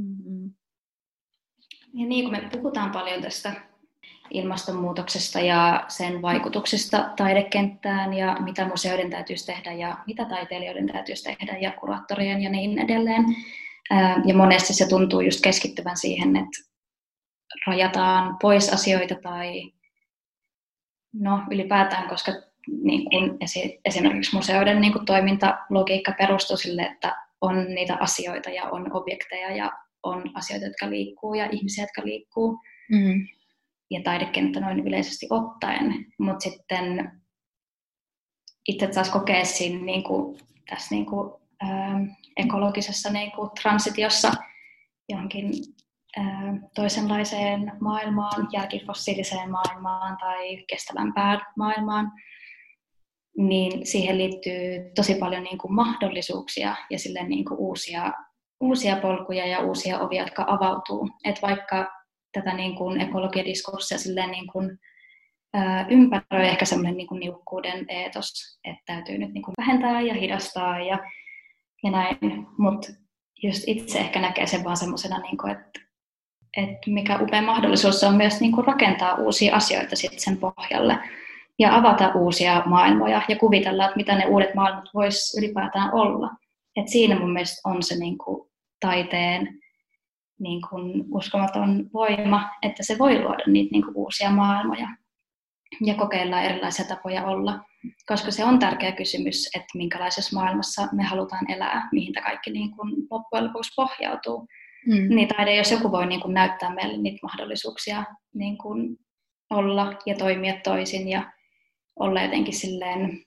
Ja niin kuin me puhutaan paljon tästä ilmastonmuutoksesta ja sen vaikutuksista taidekenttään ja mitä museoiden täytyisi tehdä ja mitä taiteilijoiden täytyisi tehdä ja kuraattorien ja niin edelleen. Ja monesti se tuntuu just keskittyvän siihen, että rajataan pois asioita tai ylipäätään, koska niin kun esimerkiksi museoiden niin kun toimintalogiikka perustuu sille, että on niitä asioita ja on objekteja ja on asioita, jotka liikkuu ja ihmisiä, jotka liikkuu. Ja taidekenttä noin yleisesti ottaen, mutta sitten itse saisi kokea siinä tässä ekologisessa transitiossa johonkin toisenlaiseen maailmaan, jälkifossiiliseen maailmaan tai kestävämpään maailmaan, niin siihen liittyy tosi paljon mahdollisuuksia ja silleen uusia polkuja ja uusia ovia, jotka avautuu. Et vaikka tätä ekologiadiskurssia silleen ympäröi ehkä semmoinen niukkuuden eetos, että täytyy nyt vähentää ja hidastaa ja näin, mutta just itse ehkä näkee sen vaan semmoisena, että mikä upea mahdollisuus se on myös niin kuin rakentaa uusia asioita sit sen pohjalle ja avata uusia maailmoja ja kuvitella, että mitä ne uudet maailmat vois ylipäätään olla. Et siinä mun mielestä on se niin kuin taiteen niin kuin uskomaton voima, että se voi luoda niitä niin kuin uusia maailmoja ja kokeilla erilaisia tapoja olla, koska se on tärkeä kysymys, että minkälaisessa maailmassa me halutaan elää, mihin tämä kaikki niin kuin loppujen lopuksi pohjautuu. Niin taide, jos joku voi niin kuin näyttää meille niitä mahdollisuuksia niin kuin olla ja toimia toisin ja olla jotenkin silleen,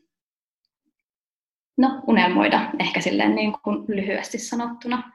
unelmoida ehkä silleen niin kuin lyhyesti sanottuna.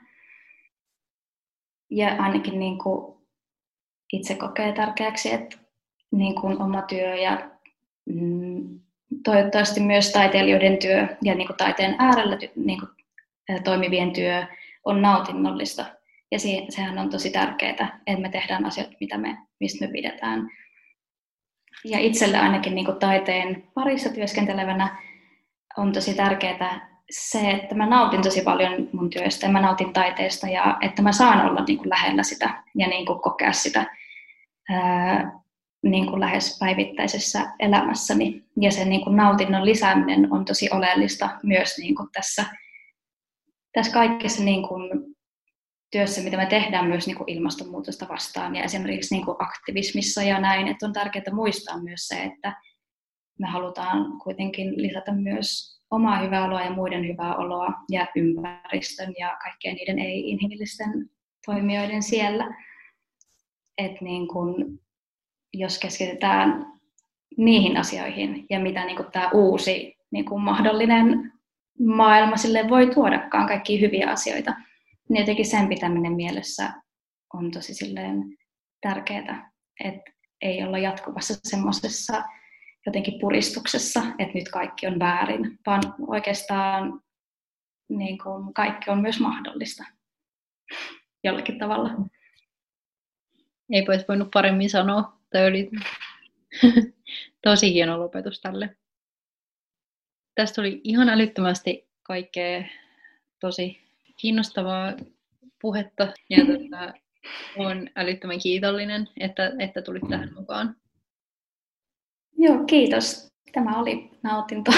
Ja ainakin niin kuin itse kokee tärkeäksi, että niin kuin oma työ ja toivottavasti myös taiteilijoiden työ ja niin kuin taiteen äärellä niin kuin toimivien työ on nautinnollista. Ja sehän on tosi tärkeää, että me tehdään asioita, mistä me pidetään. Ja itselle ainakin niin kuin taiteen parissa työskentelevänä on tosi tärkeää se, että mä nautin tosi paljon mun työstä ja mä nautin taiteesta ja että mä saan olla niin kuin lähellä sitä ja niin kuin kokea sitä niin kuin lähes päivittäisessä elämässäni. Ja sen niin kuin nautinnon lisääminen on tosi oleellista myös niin kuin tässä kaikessa niin kuin työssä, mitä me tehdään myös niin kuin ilmastonmuutosta vastaan ja esimerkiksi niin kuin aktivismissa ja näin, että on tärkeää muistaa myös se, että me halutaan kuitenkin lisätä myös omaa hyvää oloa ja muiden hyvää oloa ja ympäristön ja kaikkien niiden ei-inhimillisten toimijoiden siellä. Että niin kun, jos keskitytään niihin asioihin ja mitä niin kun tämä uusi niin kun mahdollinen maailma sille voi tuodakaan kaikkia hyviä asioita, niin jotenkin sen pitäminen mielessä on tosi silleen tärkeää, että ei olla jatkuvassa semmoisessa jotenkin puristuksessa, että nyt kaikki on väärin, vaan oikeastaan niin kuin kaikki on myös mahdollista jollakin tavalla. Eipä olisi voinut paremmin sanoa. Tämä oli tosi hieno lopetus tälle. Tästä oli ihan älyttömästi kaikkea tosi kiinnostavaa puhetta ja olen älyttömän kiitollinen, että tulit tähän mukaan. Joo, kiitos. Tämä oli nautinto.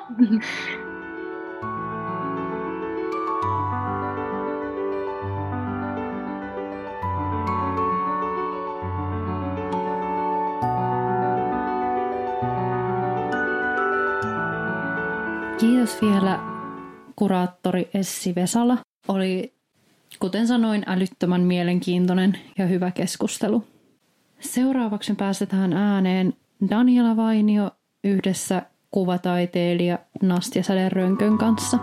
Kiitos vielä kuraattori Essi Vesala. Oli, kuten sanoin, älyttömän mielenkiintoinen ja hyvä keskustelu. Seuraavaksi päästetään ääneen Daniela Vainio yhdessä kuvataiteilija Nastja Säde-Rönkön kanssa.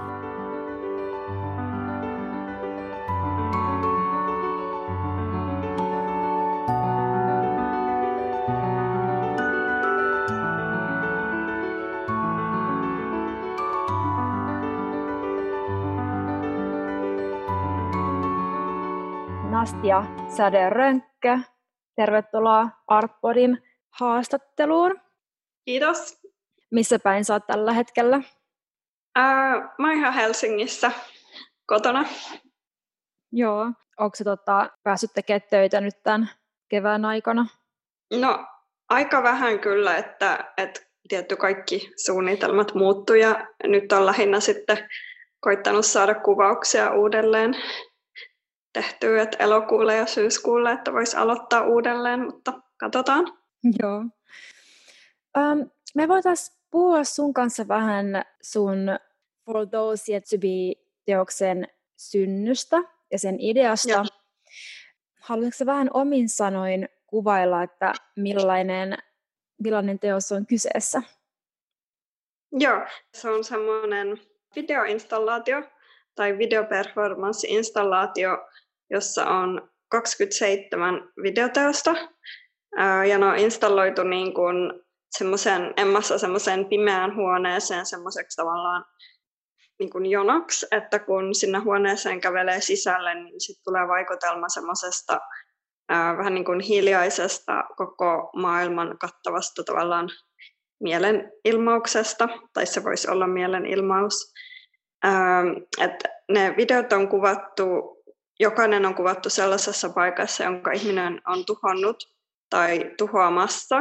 Nastja Säde-Rönkkö, tervetuloa Artpodin haastatteluun. Kiitos. Missä päin sä oot tällä hetkellä? Mä oon ihan Helsingissä kotona. Joo. Onko sä päässyt tekemään töitä nyt tämän kevään aikana? No aika vähän kyllä, että tietty kaikki suunnitelmat muuttuu ja nyt on lähinnä sitten koittanut saada kuvauksia uudelleen tehtyä, että elokuulle ja syyskuulle, että voisi aloittaa uudelleen, mutta katsotaan. Joo. Me voitaisiin puhua sun kanssa vähän sun For Those Yet to Be-teoksen synnystä ja sen ideasta. Ja. Haluaisitko vähän omin sanoin kuvailla, että millainen teos on kyseessä? Joo, se on semmoinen videoinstallaatio tai videoperformance-installaatio, jossa on 27 videoteosta. Ja ne on installoitu niin kuin semmoiseen pimeään huoneeseen semmoiseksi tavallaan niin kuin jonoksi, että kun sinne huoneeseen kävelee sisälle, niin sitten tulee vaikutelma semmoisesta vähän niin kuin hiljaisesta koko maailman kattavasta tavallaan mielenilmauksesta, tai se voisi olla mielenilmaus. Että ne videot on kuvattu jokainen on kuvattu sellaisessa paikassa, jonka ihminen on tuhonnut tai tuhoamassa.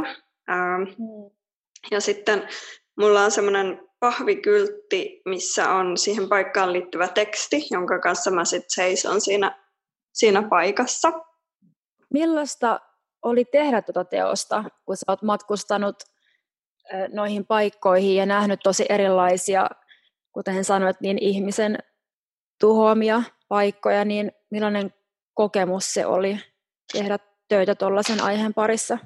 Ja sitten mulla on semmoinen pahvikyltti, missä on siihen paikkaan liittyvä teksti, jonka kanssa mä sitten seison siinä paikassa. Millaista oli tehdä tuota teosta, kun sä oot matkustanut noihin paikkoihin ja nähnyt tosi erilaisia, kuten sanoit, niin ihmisen tuhoamia paikkoja, niin millainen kokemus se oli tehdä töitä tuollaisen aiheen parissa?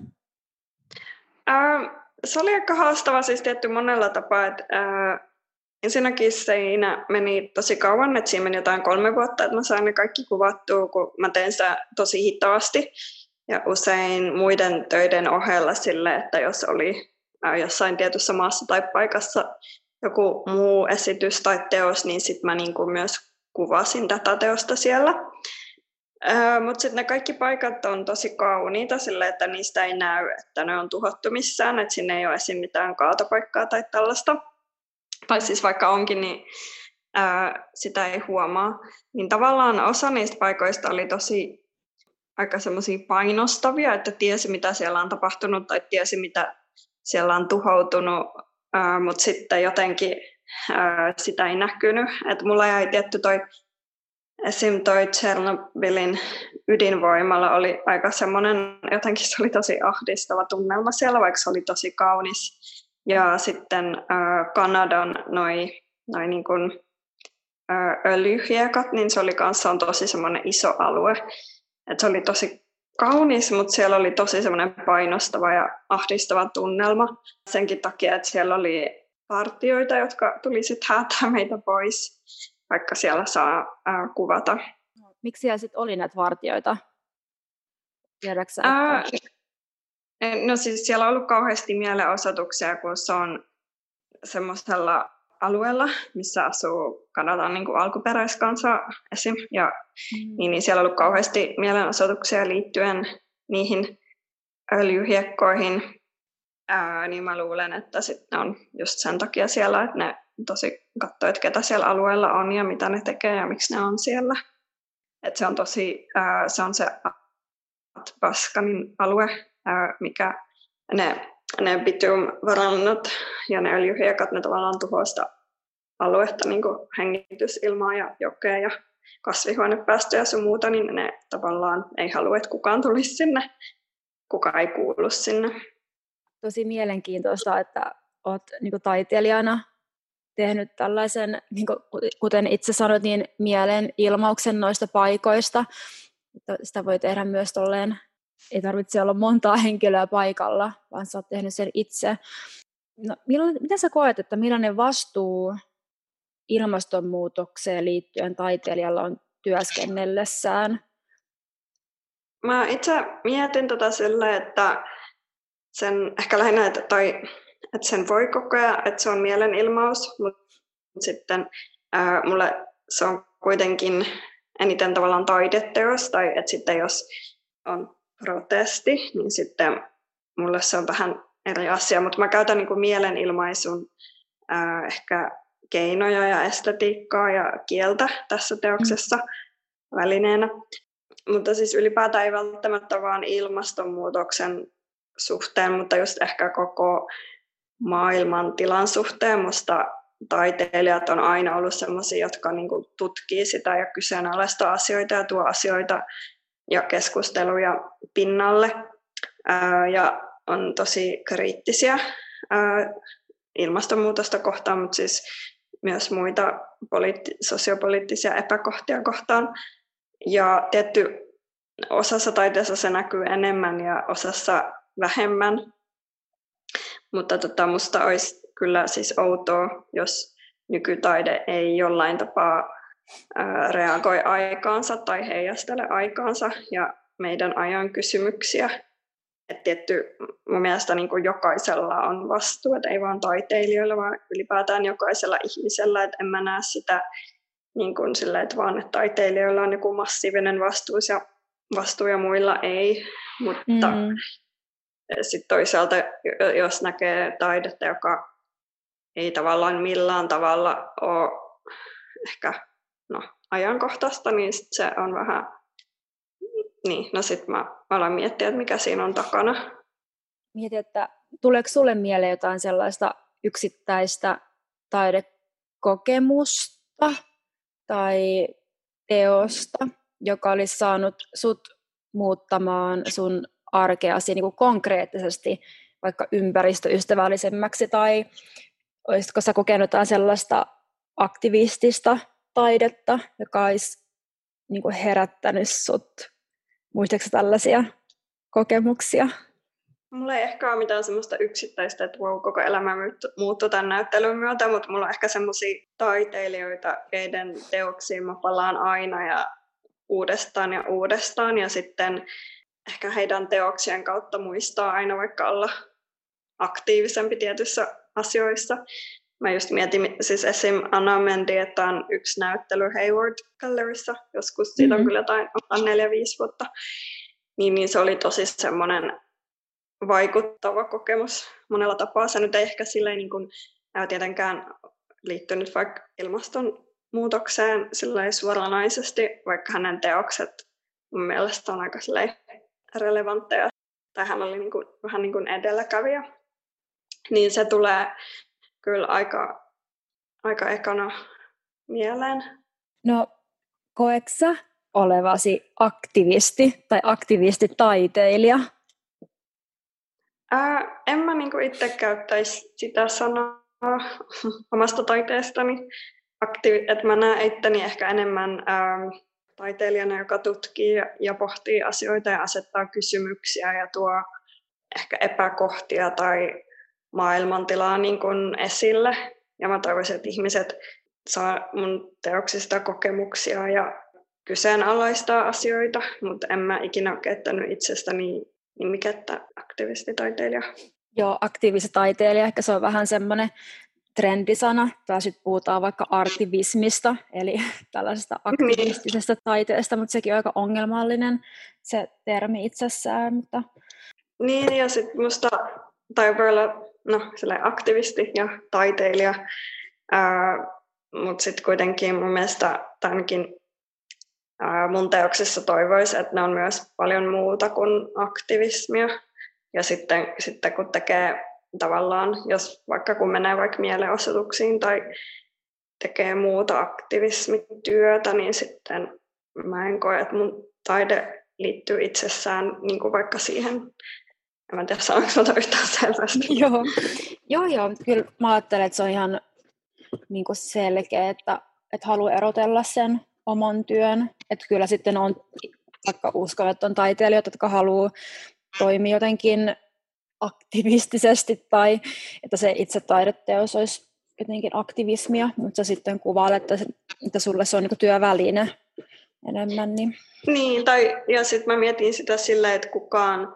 Se oli aika haastava siis tietty monella tapaa. Ensinnäkin siinä meni tosi kauan, että siinä meni jotain 3 vuotta, että mä sain ne kaikki kuvattua, kun mä tein sitä tosi hitaasti. Ja usein muiden töiden ohella sille, että jos oli jossain tietyssä maassa tai paikassa joku muu esitys tai teos, niin sitten mä niin kuin myös kuvasin tätä teosta siellä. Mutta sitten ne kaikki paikat on tosi kauniita sille, että niistä ei näy, että ne on tuhottu missään, että sinne ei ole esim. Mitään kaatopaikkaa tai tällaista. Tai siis vaikka onkin, niin sitä ei huomaa. Niin tavallaan osa niistä paikoista oli tosi aika semmoisia painostavia, että tiesi mitä siellä on tapahtunut tai tiesi mitä siellä on tuhoutunut, mutta sitten jotenkin sitä ei näkynyt. Että mulla jäi tietty esim. Toi Tšernobylin ydinvoimala oli aika semmoinen, jotenkin se oli tosi ahdistava tunnelma siellä, vaikka se oli tosi kaunis. Ja sitten Kanadan noi niin kuin, öljyhiekat, niin se oli kanssa tosi semmoinen iso alue. Et se oli tosi kaunis, mutta siellä oli tosi semmoinen painostava ja ahdistava tunnelma. Senkin takia, että siellä oli partioita, jotka tuli sitten häätää meitä pois, vaikka siellä saa kuvata. Miksi siellä sitten oli näitä vartijoita? Tiedätkö sä, No siis siellä on ollut kauheasti mielenosoituksia, kun se on semmoisella alueella, missä asuu Kanadan niin kuin alkuperäiskansa esim. Ja niin siellä on ollut kauheasti mielenosoituksia liittyen niihin öljyhiekkoihin. Niin mä luulen, että sitten on just sen takia siellä, että ne tosi katsoo, että ketä siellä alueella on ja mitä ne tekee ja miksi ne on siellä. Että se on tosi, se on se Atbaskanin alue, mikä ne bitumvarannot ja ne öljyhiekat, ne tavallaan tuhoista aluetta, niin kuin hengitysilmaa ja jokea ja kasvihuonepäästöjä ja muuta, niin ne tavallaan ei halua, että kukaan tulisi sinne, kukaan ei kuulu sinne. Tosi mielenkiintoista, että olet niin kuin taiteilijana tehnyt tällaisen, niin kuin, kuten itse sanoit, niin mielenilmauksen noista paikoista. Sitä voi tehdä myös tolleen, ei tarvitse olla montaa henkilöä paikalla, vaan sä oot tehnyt sen itse. No, mitä sä koet, että millainen vastuu ilmastonmuutokseen liittyen taiteilijalla on työskennellessään? Mä itse mietin silleen, että sen ehkä lähinnä, että sen voi kokea, että se on mielenilmaus, mutta sitten mulle se on kuitenkin eniten tavallaan taideteos, tai että sitten jos on protesti, niin sitten mulle se on vähän eri asia, mutta mä käytän niin kuin mielenilmaisun ehkä keinoja ja estetiikkaa ja kieltä tässä teoksessa välineenä. Mutta siis ylipäätään ei välttämättä vaan ilmastonmuutoksen suhteen, mutta just ehkä koko maailman tilan suhteen. Musta taiteilijat on aina ollut sellaisia, jotka niinku tutkii sitä ja kyseenalaistaa asioita ja tuo asioita ja keskusteluja pinnalle. Ja on tosi kriittisiä ilmastonmuutosta kohtaan, mutta siis myös muita sosiopoliittisia epäkohtia kohtaan. Ja tietty osassa taiteessa se näkyy enemmän ja osassa vähemmän. Mutta musta olisi kyllä siis outoa, jos nykytaide ei jollain tapaa reagoi aikaansa tai heijastele aikaansa ja meidän ajan kysymyksiä. Et tietty mun mielestä niin kuin jokaisella on vastuu, että ei vaan taiteilijoilla, vaan ylipäätään jokaisella ihmisellä. Et en mä näe sitä niin kuin sillä, että vaan että taiteilijoilla on joku massiivinen vastuu ja muilla ei. Mutta sitten toisaalta, jos näkee taidetta, joka ei tavallaan millään tavalla ole ehkä ajankohtaista, niin sit se on vähän, niin, no sit mä alan miettiä, että mikä siinä on takana. Mietin, että tuleeko sulle mieleen jotain sellaista yksittäistä taidekokemusta tai teosta, joka olisi saanut sut muuttamaan sun arkeasi niin kuin konkreettisesti vaikka ympäristöystävällisemmäksi, tai olisitko sä kokenut jotain sellaista aktivistista taidetta, joka olisi niin kuin herättänyt sut? Muistatko tällaisia kokemuksia? Mulla ei ehkä ole mitään semmoista yksittäistä, että wow, koko elämä muuttui tämän näyttelyn myötä, mutta mulla on ehkä semmoisia taiteilijoita, keiden teoksiin mä palaan aina ja uudestaan ja sitten ehkä heidän teoksien kautta muistaa aina vaikka olla aktiivisempi tietyissä asioissa. Mä just mietin siis esim. Anna Mendi, että on yksi näyttely Hayward Galleryssa, joskus siitä on kyllä jotain 4-5 vuotta, niin se oli tosi semmoinen vaikuttava kokemus monella tapaa. Se nyt ei ehkä silleen niin kuin, tietenkään liittynyt vaikka ilmastonmuutokseen silleen suoranaisesti, vaikka hänen teokset mun mielestä on aika relevantteja, tai hän oli niin kuin, vähän niin kuin edelläkävijä, niin se tulee kyllä aika ekana mieleen. No, koetko sä olevasi aktivisti tai aktivistitaiteilija? En mä niinku itse käyttäisi sitä sanaa omasta taiteestani. Että mä näen itteni ehkä enemmän taiteilijana, joka tutkii ja pohtii asioita ja asettaa kysymyksiä ja tuo ehkä epäkohtia tai maailmantilaa niin kuin esille. Ja mä toivoisin, että ihmiset saa mun teoksista kokemuksia ja kyseenalaistaa asioita, mutta en mä ikinä ole käyttänyt itsestäni nimikettä aktivistitaiteilija. Joo, aktiivistitaiteilija, ehkä se on vähän semmoinen trendisana, tai sitten puhutaan vaikka artivismista, eli tällaisesta aktivistisesta taiteesta, mutta sekin on aika ongelmallinen se termi itsessään. Mutta... Niin, ja sitten musta tai voi olla aktivisti ja taiteilija, mutta sitten kuitenkin mun mielestä ainakin mun teoksissa toivoisi, että ne on myös paljon muuta kuin aktivismia. Ja sitten kun tekee tavallaan, jos vaikka kun menee vaikka mielenosoituksiin tai tekee muuta aktivismityötä, niin sitten mä en koe, että mun taide liittyy itsessään niin kuin vaikka siihen. En tiedä, saanko sanoa yhtään selvästi. Joo, kyllä mä ajattelen, että se on ihan niin kuin selkeä, että haluaa erotella sen oman työn. Että kyllä sitten on, vaikka uskon, että on taiteilijoita, jotka haluaa toimia jotenkin aktivistisesti tai että se itse taideteos olisi jotenkin aktivismia, mutta sä sitten kuvailet, että sulle se on niin työväline enemmän. Niin ja sitten mä mietin sitä silleen, että kukaan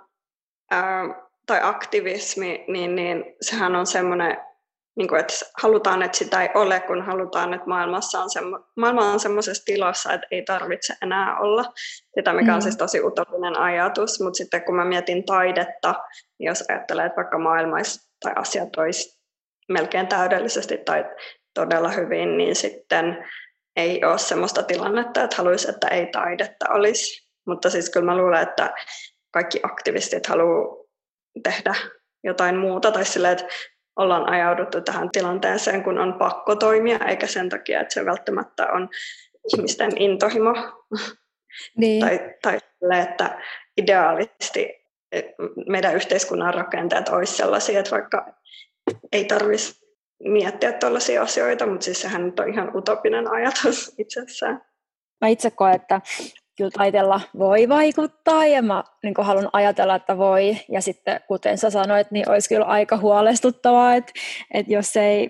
tai aktivismi, niin sehän on semmoinen, niin kuin, että halutaan, että sitä ei ole, kun halutaan, että maailma on semmoisessa tilassa, että ei tarvitse enää olla sitä, mikä on siis tosi utopinen ajatus, mutta sitten kun mä mietin taidetta, niin jos ajattelee, että vaikka maailma tai asiat olisi melkein täydellisesti tai todella hyvin, niin sitten ei ole semmoista tilannetta, että haluaisi, että ei taidetta olisi, mutta siis kyllä mä luulen, että kaikki aktivistit haluaa tehdä jotain muuta tai silleen, että ollaan ajauduttu tähän tilanteeseen, kun on pakko toimia, eikä sen takia, että se välttämättä on ihmisten intohimo. Niin. Tai silleen, että ideaalisti meidän yhteiskunnan rakenteet olisi sellaisia, että vaikka ei tarvitsisi miettiä tällaisia asioita, mutta siis sehän nyt on ihan utopinen ajatus itsessään. Mä itse koen, että kyllä taiteella voi vaikuttaa ja mä niin haluan ajatella, että voi. Ja sitten kuten sä sanoit, niin olisi kyllä aika huolestuttavaa, että jos ei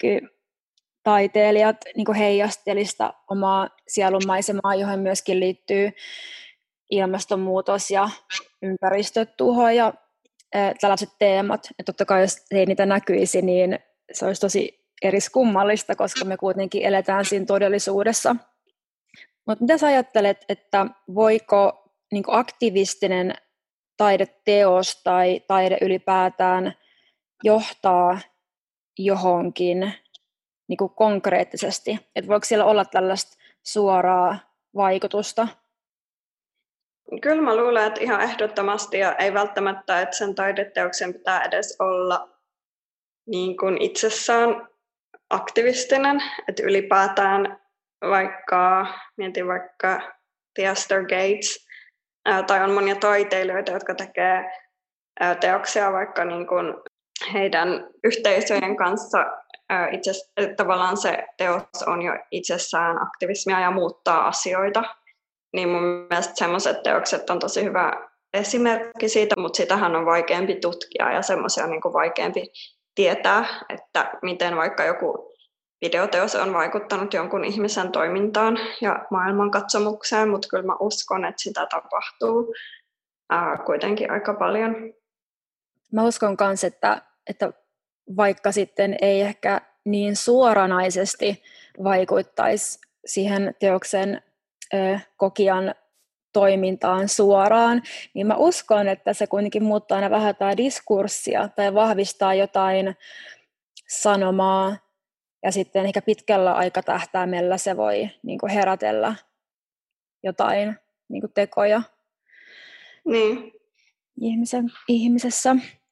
taiteilijat niin heijastelisi omaa sielunmaisemaa, johon myöskin liittyy ilmastonmuutos ja ympäristötuho ja tällaiset teemat. Ja totta kai jos ei niitä näkyisi, niin se olisi tosi eriskummallista, koska me kuitenkin eletään siinä todellisuudessa. Mutta mitä sä ajattelet, että voiko niin aktivistinen taideteos tai taide ylipäätään johtaa johonkin niin konkreettisesti? Että voiko siellä olla tällaista suoraa vaikutusta? Kyllä mä luulen, että ihan ehdottomasti ja ei välttämättä, että sen taideteoksen pitää edes olla niin kuin itsessään aktivistinen, että ylipäätään mietin vaikka Theaster Gates, tai on monia taiteilijoita, jotka tekee teoksia vaikka niin kuin heidän yhteisöjen kanssa. Tavallaan se teos on jo itsessään aktivismia ja muuttaa asioita. Niin mun mielestä sellaiset teokset on tosi hyvä esimerkki siitä, mutta sitähän on vaikeampi tutkia ja semmoisia on niin kuin vaikeampi tietää, että miten vaikka joku videoteos on vaikuttanut jonkun ihmisen toimintaan ja maailmankatsomukseen, mutta kyllä mä uskon, että sitä tapahtuu kuitenkin aika paljon. Mä uskon myös, että vaikka sitten ei ehkä niin suoranaisesti vaikuttaisi siihen teoksen kokijan toimintaan suoraan, niin mä uskon, että se kuitenkin muuttaa aina vähän jotain diskurssia tai vahvistaa jotain sanomaa ja sitten ehkä pitkällä aikatähtäimellä se voi niin kuin herätellä jotain niin kuin tekoja niin. ihmisessä.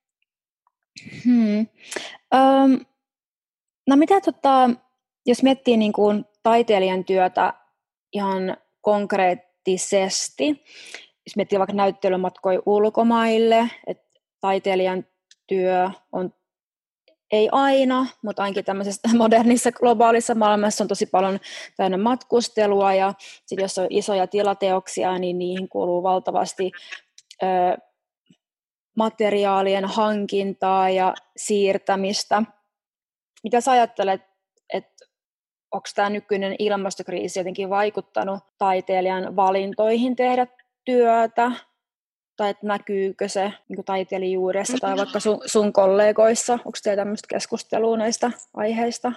No mitä jos miettii niin kuin taiteilijan työtä ihan konkreettisesti, jos miettii vaikka näyttelymatkoja ulkomaille, että taiteilijan työ on ei aina, mutta ainakin tämmöisessä modernissa globaalissa maailmassa on tosi paljon täynnä matkustelua ja sit jos on isoja tilateoksia, niin niihin kuuluu valtavasti materiaalien hankintaa ja siirtämistä. Mitä sä ajattelet, että onko tämä nykyinen ilmastokriisi jotenkin vaikuttanut taiteilijan valintoihin tehdä työtä? Tai että näkyykö se niin taiteilijuudessa tai vaikka sun kollegoissa? Onko teillä tämmöistä keskustelua näistä aiheista?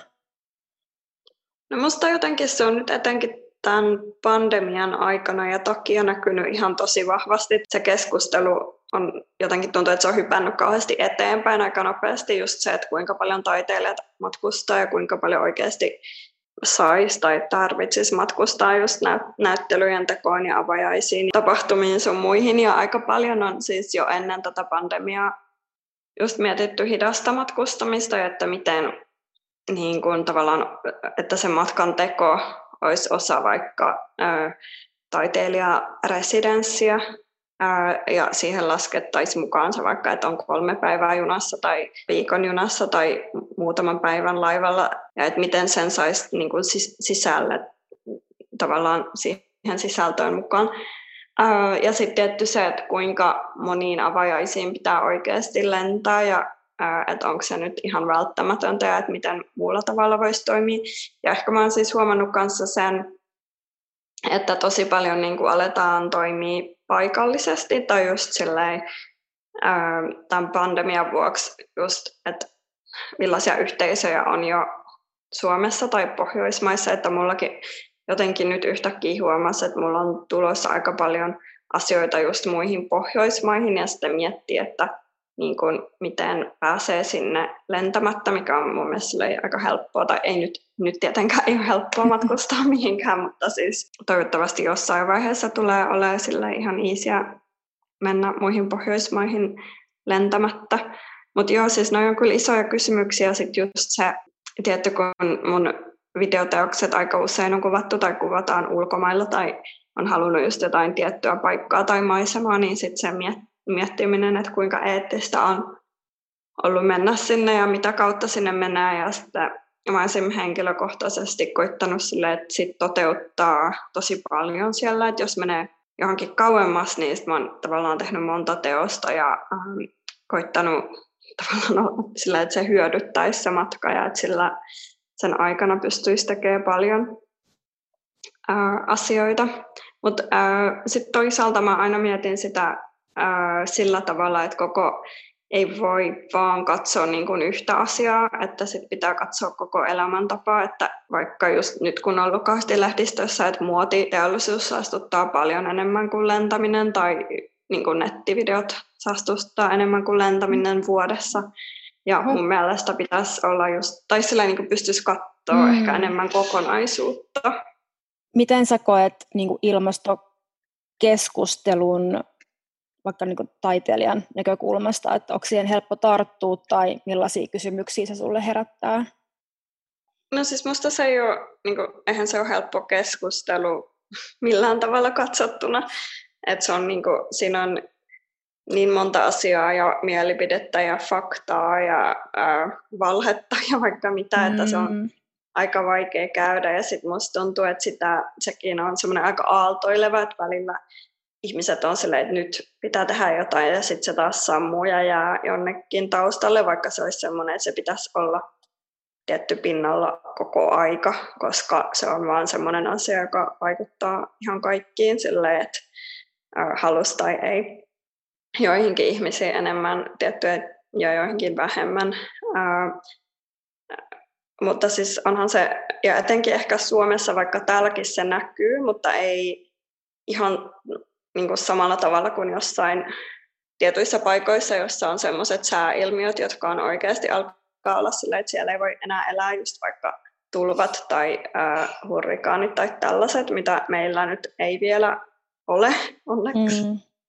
No musta jotenkin se on nyt etenkin tämän pandemian aikana ja takia näkynyt ihan tosi vahvasti. Se keskustelu on jotenkin tuntuu, että se on hypännyt kauheasti eteenpäin aika nopeasti. Just se, että kuinka paljon taiteilijat matkustaa ja kuinka paljon oikeasti saisi tai tarvitsisi matkustaa just näyttelyjen tekoon ja avajaisiin, tapahtumiin sun muihin. Ja aika paljon on siis jo ennen tätä pandemiaa just mietitty hidasta matkustamista ja että miten niin kuin tavallaan, että se matkan teko olisi osa vaikka taiteilijaresidenssiä ja siihen laskettaisiin mukaan se vaikka, että on 3 päivää junassa tai viikon junassa tai muutaman päivän laivalla ja että miten sen saisi niin kuin sisälle tavallaan siihen sisältöön mukaan. Ja sitten tietty se, että kuinka moniin avajaisiin pitää oikeasti lentää ja että onko se nyt ihan välttämätöntä ja että miten muulla tavalla voisi toimia. Ja ehkä mä oon siis huomannut kanssa sen, että tosi paljon niin kuin aletaan toimia paikallisesti tai just silleen tämän pandemian vuoksi just, että millaisia yhteisöjä on jo Suomessa tai Pohjoismaissa, että mullakin jotenkin nyt yhtäkkiä huomasi, että mulla on tulossa aika paljon asioita just muihin Pohjoismaihin ja sitten miettii, että niin kuin, miten pääsee sinne lentämättä, mikä on mun mielestä aika helppoa, tai ei nyt tietenkään ei ole helppoa matkustaa mihinkään, mutta siis toivottavasti jossain vaiheessa tulee olemaan sille ihan easyä mennä muihin Pohjoismaihin lentämättä. Mutta joo, siis ne on kyllä isoja kysymyksiä, sitten just se, tietty kun mun videoteokset aika usein on kuvattu tai kuvataan ulkomailla tai on halunnut just jotain tiettyä paikkaa tai maisemaa, niin sitten se miettiminen, että kuinka eettistä on ollut mennä sinne ja mitä kautta sinne menee. Ja sitten mä olen henkilökohtaisesti koittanut silleen, että sit toteuttaa tosi paljon siellä, että jos menee johonkin kauemmas, niin sit mä oon tavallaan tehnyt monta teosta ja koittanut tavallaan silleen, että se hyödyttäisi se matka ja että sillä sen aikana pystyisi tekemään paljon asioita. Mutta sitten toisaalta mä aina mietin sitä sillä tavalla, että koko ei voi vaan katsoa niin kuin yhtä asiaa, että sit pitää katsoa koko elämäntapaa, että vaikka just nyt kun on ollut kauheasti lehdistössä, että muotiteollisuus saastuttaa paljon enemmän kuin lentäminen tai niin kuin nettivideot saastuttaa enemmän kuin lentäminen vuodessa. Ja mun mielestä pitäisi olla just, tai sillä niin kuin pystyisi katsoa ehkä enemmän kokonaisuutta. miten sä koet niin kuin ilmastokeskustelun vaikka niin kuin taiteilijan näkökulmasta, että onko siihen helppo tarttua tai millaisia kysymyksiä se sulle herättää? No siis musta se ei ole, niin kuin, eihän se ole helppo keskustelu millään tavalla katsottuna. Että se on, niin kuin, siinä on niin monta asiaa ja mielipidettä ja faktaa ja valhetta ja vaikka mitä, että se on aika vaikea käydä. Ja sitten musta tuntuu, että sekin on semmoinen aika aaltoileva, että välillä ihmiset on silleen, että nyt pitää tehdä jotain ja sitten se taas sammuu ja jää jonnekin taustalle, vaikka se olisi semmoinen, että se pitäisi olla tietty pinnalla koko aika, koska se on vaan semmoinen asia, joka vaikuttaa ihan kaikkiin silleen, että halus tai ei. Joihinkin ihmisiin enemmän tiettyjä ja joihinkin vähemmän. Mutta siis onhan se, ja etenkin ehkä Suomessa, vaikka täälläkin se näkyy, mutta ei ihan niin kuin samalla tavalla kuin jossain tietyissä paikoissa, jossa on sellaiset sääilmiöt, jotka on oikeasti alkaa olla sillä, että siellä ei voi enää elää just vaikka tulvat tai hurrikaanit tai tällaiset, mitä meillä nyt ei vielä ole onneksi.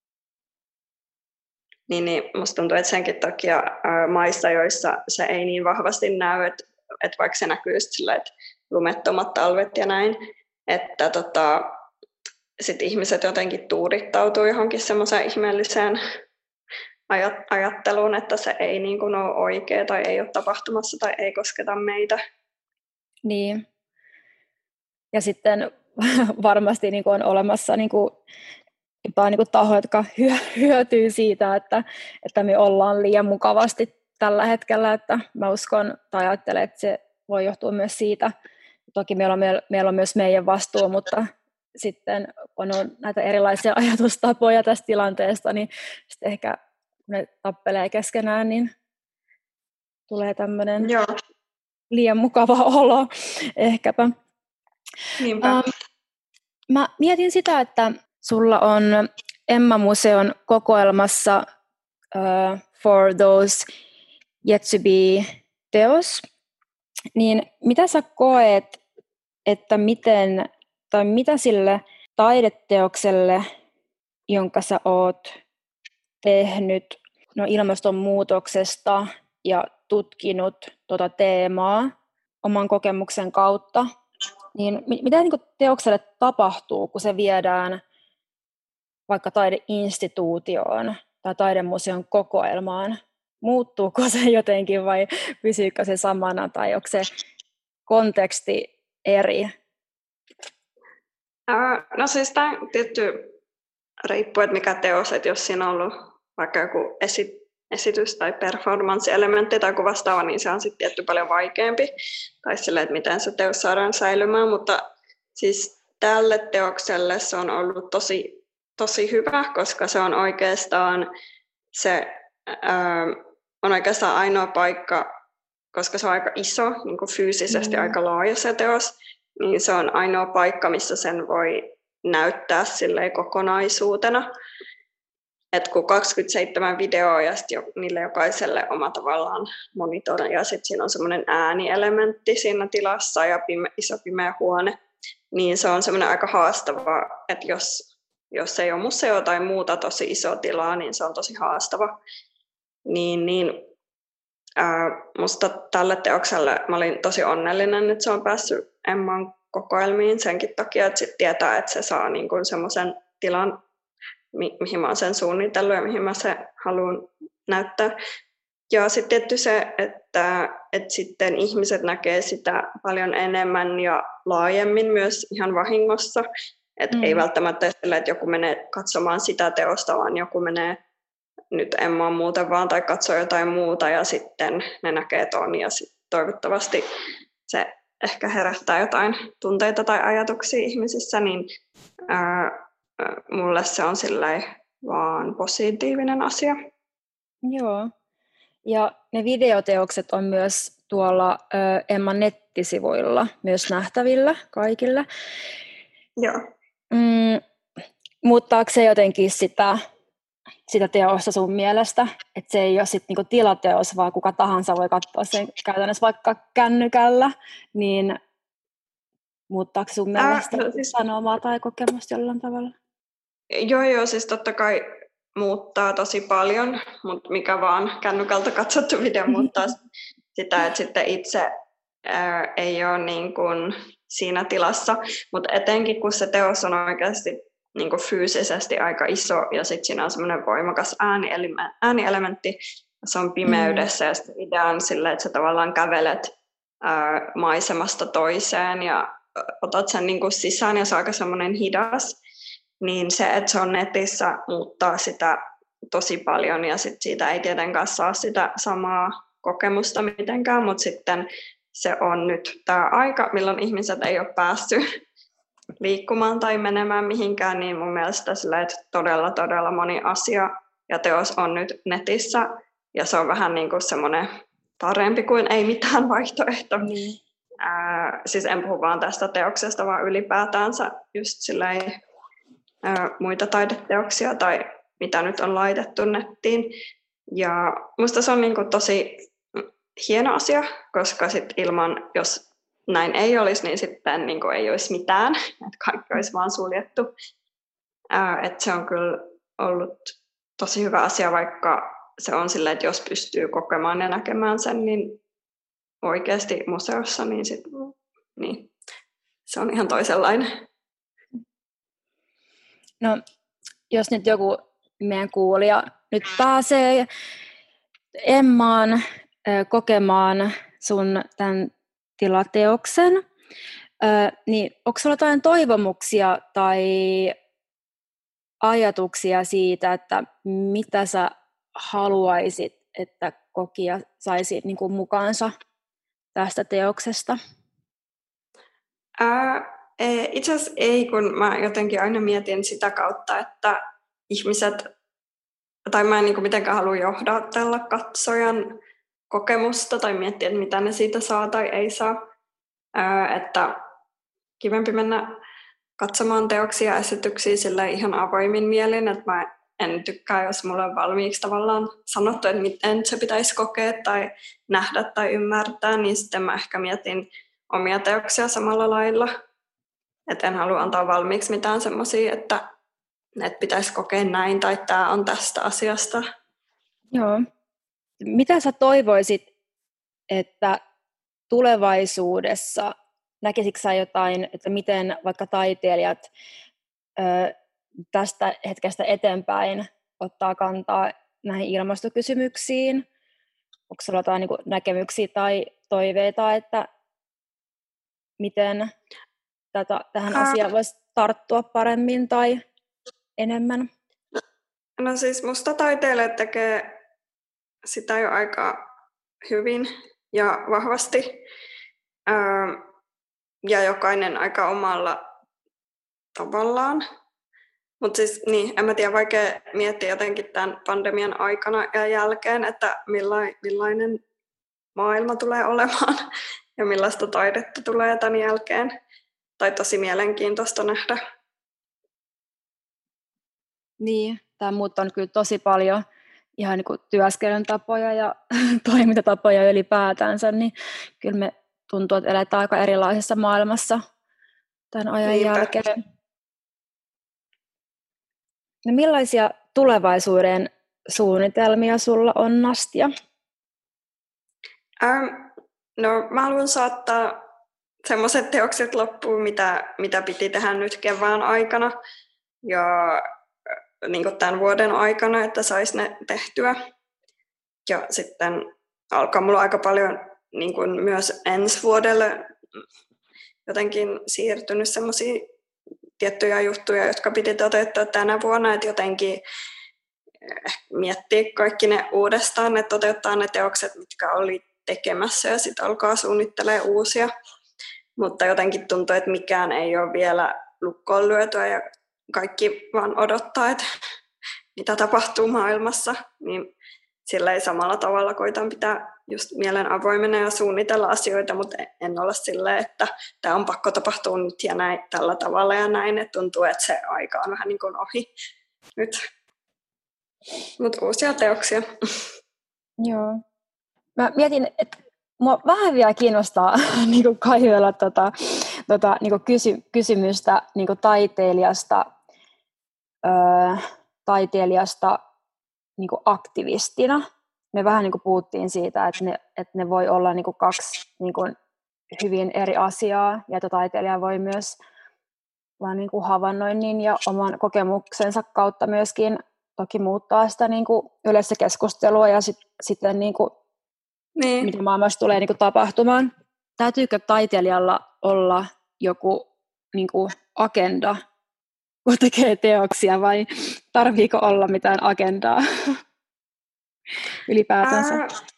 Niin musta tuntuu, että senkin takia maissa, joissa se ei niin vahvasti näy, että vaikka se näkyy sillä, että lumettomat talvet ja näin, että sit ihmiset jotenkin tuudittautuu johonkin semmoiseen ihmeelliseen ajatteluun, että se ei niin kuin ole oikea tai ei ole tapahtumassa tai ei kosketa meitä. Niin. Ja sitten varmasti niin kuin on olemassa niin kuin jotain niin kuin tahoja, jotka hyötyy siitä, että me ollaan liian mukavasti tällä hetkellä. Että mä uskon tai ajattelen, että se voi johtua myös siitä. Toki meillä on myös meidän vastuu, mutta sitten kun on näitä erilaisia ajatustapoja tästä tilanteesta, niin sitten ehkä kun ne tappelee keskenään, niin tulee tämmöinen liian mukava olo ehkäpä. Niinpä. Mä mietin sitä, että sulla on Emma-museon kokoelmassa For Those Yet to Be -teos, niin mitä sä koet, että mitä sille taideteokselle, jonka sä oot tehnyt ilmastonmuutoksesta ja tutkinut tuota teemaa oman kokemuksen kautta, niin mitä niin kuin teokselle tapahtuu, kun se viedään vaikka taideinstituutioon tai taidemuseon kokoelmaan? Muuttuuko se jotenkin vai pysyykö se samana tai onko se konteksti eri? No siis tämä tietty riippuu, että mikä teos, että jos siinä on ollut vaikka joku esitys tai performance-elementti tai vastaava, niin se on sitten tietty paljon vaikeampi. Tai silleen, että miten se teos saadaan säilymään, mutta siis tälle teokselle se on ollut tosi hyvä, koska se on oikeastaan on oikeastaan ainoa paikka, koska se on aika iso, niin kuin fyysisesti aika laaja se teos, niin se on ainoa paikka, missä sen voi näyttää silleen kokonaisuutena. Että kun 27 videoa ja sitten niille jokaiselle oma tavallaan monitori ja sitten siinä on semmoinen äänielementti siinä tilassa ja iso pimeä huone, niin se on semmoinen aika haastava, että jos ei ole museo tai muuta tosi iso tilaa, niin se on tosi haastava. Musta tälle teokselle mä olin tosi onnellinen, että se on päässyt Emman kokoelmiin senkin takia, että sit tietää, että se saa niin kuin semmoisen tilan, mihin mä oon sen suunnitellut ja mihin mä se haluan näyttää. Ja sitten tietty se, että sitten ihmiset näkee sitä paljon enemmän ja laajemmin myös ihan vahingossa. Että ei välttämättä sille, että joku menee katsomaan sitä teosta, vaan joku menee nyt Emmaan muuten vaan tai katsoo jotain muuta ja sitten ne näkee ton ja sitten toivottavasti se ehkä herättää jotain tunteita tai ajatuksia ihmisissä, niin mulle se on silleen vaan positiivinen asia. Joo. Ja ne videoteokset on myös tuolla Emman nettisivuilla myös nähtävillä kaikille. Joo. Muuttaako se jotenkin sitä teosta sun mielestä, että se ei ole sit niinku tilateos, vaan kuka tahansa voi katsoa sen käytännössä vaikka kännykällä, niin muuttaako sun mielestä sanomaa tai kokemusta jollain tavalla? Joo, siis totta kai muuttaa tosi paljon, mutta mikä vaan kännykältä katsottu video muuttaa sitä, että sitten itse ei ole niin kuin siinä tilassa, mutta etenkin kun se teos on oikeasti niin kuin fyysisesti aika iso ja sitten siinä on semmoinen voimakas äänielementti, se on pimeydessä ja sitten idea on silleen, että sä tavallaan kävelet maisemasta toiseen ja otat sen niin kuin sisään ja se on aika semmoinen hidas, niin se, että se on netissä muuttaa sitä tosi paljon ja sit siitä ei tietenkään saa sitä samaa kokemusta mitenkään, mutta sitten se on nyt tämä aika, milloin ihmiset ei ole päässyt liikkumaan tai menemään mihinkään, niin mun mielestä sillä, että todella moni asia ja teos on nyt netissä ja se on vähän niin kuin semmoinen parempi kuin ei mitään vaihtoehto. Siis en puhu vaan tästä teoksesta, vaan ylipäätänsä just silleen muita taideteoksia tai mitä nyt on laitettu nettiin. Ja musta se on niin kuin tosi hieno asia, koska sit ilman, jos näin ei olisi, niin sitten niin kuin ei olisi mitään, että kaikki olisi vaan suljettu. Että se on kyllä ollut tosi hyvä asia, vaikka se on silleen, että jos pystyy kokemaan ja näkemään sen, niin oikeasti museossa, niin se on ihan toisenlainen. No, jos nyt joku meidän kuulija nyt pääsee Emmaan kokemaan sun tämän tilateoksen, niin onko sulla jotain toivomuksia tai ajatuksia siitä, että mitä sä haluaisit, että kokija saisi niin kuin mukaansa tästä teoksesta? Itse asiassa ei, kun mä jotenkin aina mietin sitä kautta, että ihmiset, tai mä en niin kuin mitenkään halua johdatella katsojan kokemusta tai miettiä, että mitä ne siitä saa tai ei saa. Että kivempi mennä katsomaan teoksia ja esityksiä sillä ihan avoimin mielin, että mä en tykkää, jos mulle on valmiiksi tavallaan sanottu, että miten se pitäisi kokea tai nähdä tai ymmärtää, niin sitten mä ehkä mietin omia teoksia samalla lailla. Että en halua antaa valmiiksi mitään semmoisia, että pitäisi kokea näin tai tämä on tästä asiasta. Joo. Mitä sä toivoisit, että tulevaisuudessa, näkisitkö sä jotain, että miten vaikka taiteilijat tästä hetkestä eteenpäin ottaa kantaa näihin ilmastokysymyksiin? Onko sulla jotain niin kuin näkemyksiä tai toiveita, että miten tähän asiaan voisi tarttua paremmin tai enemmän? No siis musta taiteilijat tekee sitä jo aika hyvin ja vahvasti. Ja jokainen aika omalla tavallaan. Mutta siis niin, en mä tiedä, vaikea miettiä jotenkin tämän pandemian aikana ja jälkeen, että millainen maailma tulee olemaan ja millaista taidetta tulee tämän jälkeen. Tai tosi mielenkiintoista nähdä. Niin, tämä muuttaa kyllä tosi paljon ihan niin kuin työskentelyn tapoja ja toimintatapoja ylipäätänsä, niin kyllä me tuntuu, että eletään aika erilaisessa maailmassa tämän ajan jälkeen. No, millaisia tulevaisuuden suunnitelmia sulla on, Nastia? No, mä haluan saattaa semmoiset teokset loppuun, mitä piti tehdä nyt kevään aikana ja niin kuin tämän vuoden aikana, että saisi ne tehtyä. Ja sitten alkaa mulla aika paljon niin kuin myös ensi vuodelle jotenkin siirtynyt semmoisia tiettyjä juttuja, jotka piti toteuttaa tänä vuonna, että jotenkin miettiä kaikki ne uudestaan, että toteuttaa ne teokset, mitkä oli tekemässä ja sitten alkaa suunnittelemaan uusia. Mutta jotenkin tuntuu, että mikään ei ole vielä lukkoon lyötyä ja kaikki vaan odottaa, että mitä tapahtuu maailmassa. Niin sillä ei samalla tavalla koitan pitää just mielen avoimena ja suunnitella asioita, mutta en ole silleen, että tämä on pakko tapahtua nyt ja näin, tällä tavalla ja näin. Et tuntuu, että se aika on vähän niin kuin ohi nyt. Mutta uusia teoksia. Joo. Mä mietin, että mua vähän vielä kiinnostaa niin kaivella niin kuin kysymystä niin kuin taiteilijasta niin kuin aktivistina. Me vähän niin kuin puhuttiin siitä, että ne voi olla niin kuin kaksi niin kuin hyvin eri asiaa, ja että taiteilija voi myös vaan niin kuin havainnoinnin ja oman kokemuksensa kautta myöskin toki muuttaa sitä niin kuin yleistä keskustelua ja sitten niin kuin, mitä maailmassa tulee niin kuin tapahtumaan. Täytyykö taiteilijalla olla joku niin kuin agenda, kun tekee teoksia, vai tarviiko olla mitään agendaa ylipäätänsä?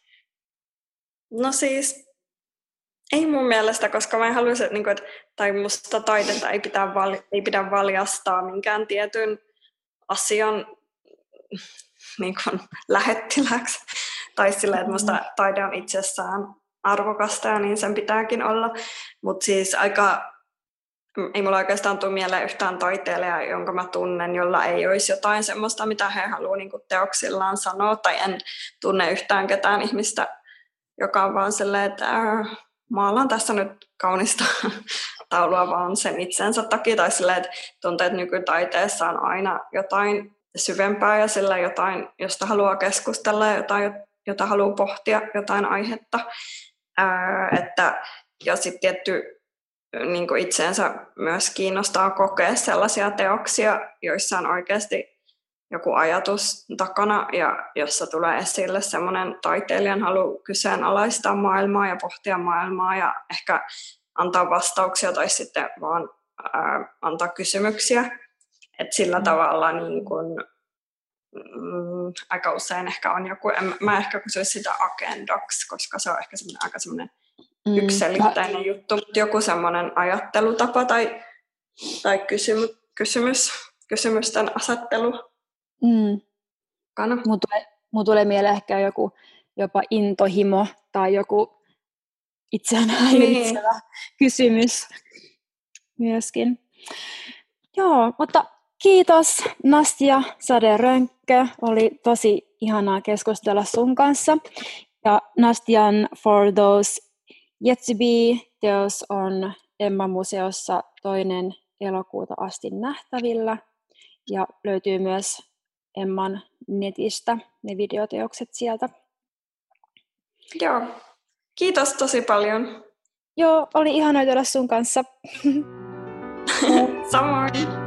No siis, ei mun mielestä, koska mä en haluaisi, että tai musta taidetta ei pidä valjastaa minkään tietyn asian niin kuin lähettiläksi. Tai sillä, että musta taide on itsessään arvokasta ja niin sen pitääkin olla. Mutta siis ei mulla oikeastaan tule mieleen yhtään taiteilijaa, jonka mä tunnen, jolla ei olisi jotain semmoista, mitä he haluaa niin kuin teoksillaan sanoa. Tai en tunne yhtään ketään ihmistä, joka on vaan silleen, että maalaan tässä nyt kaunista taulua vaan sen itsensä takia. Tai silleen, että tuntuu, että nykytaiteessa on aina jotain syvempää ja sillä jotain, josta haluaa keskustella ja jota haluaa pohtia, jotain aihetta. Ja sitten tietty niin kuin itseensä myös kiinnostaa kokea sellaisia teoksia, joissa on oikeasti joku ajatus takana ja jossa tulee esille semmoinen taiteilijan halu kyseenalaistaa maailmaa ja pohtia maailmaa ja ehkä antaa vastauksia tai sitten vaan antaa kysymyksiä. Et sillä tavalla niin kun, aika usein ehkä on joku, mä ehkä kysyisin sitä agendaksi, koska se on ehkä semmoinen aika semmoinen yksiselitteinen juttu, mutta joku semmoinen ajattelutapa tai kysymysten asettelu. Mun tulee mieleen ehkä joku jopa intohimo tai joku itseään häiritsevä kysymys myöskin. Joo, mutta kiitos Nastia Sade-Rönkkö. Oli tosi ihanaa keskustella sun kanssa. Ja Nastian For Those Yet to Be-teos on Emma-museossa 2. elokuuta asti nähtävillä. Ja löytyy myös Emman netistä ne videoteokset sieltä. Joo, kiitos tosi paljon. Joo, oli ihanaa olla sun kanssa. Samoin.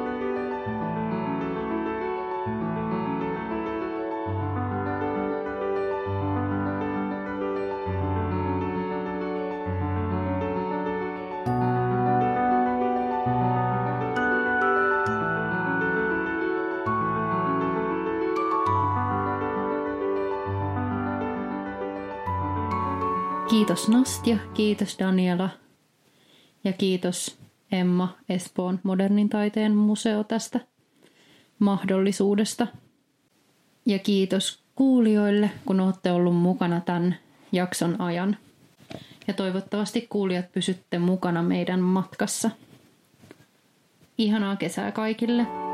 Kiitos Nastia, kiitos Daniela ja kiitos Emma Espoon modernin taiteen museo tästä mahdollisuudesta. Ja kiitos kuulijoille, kun olette ollut mukana tämän jakson ajan. Ja toivottavasti kuulijat pysytte mukana meidän matkassa. Ihanaa kesää kaikille!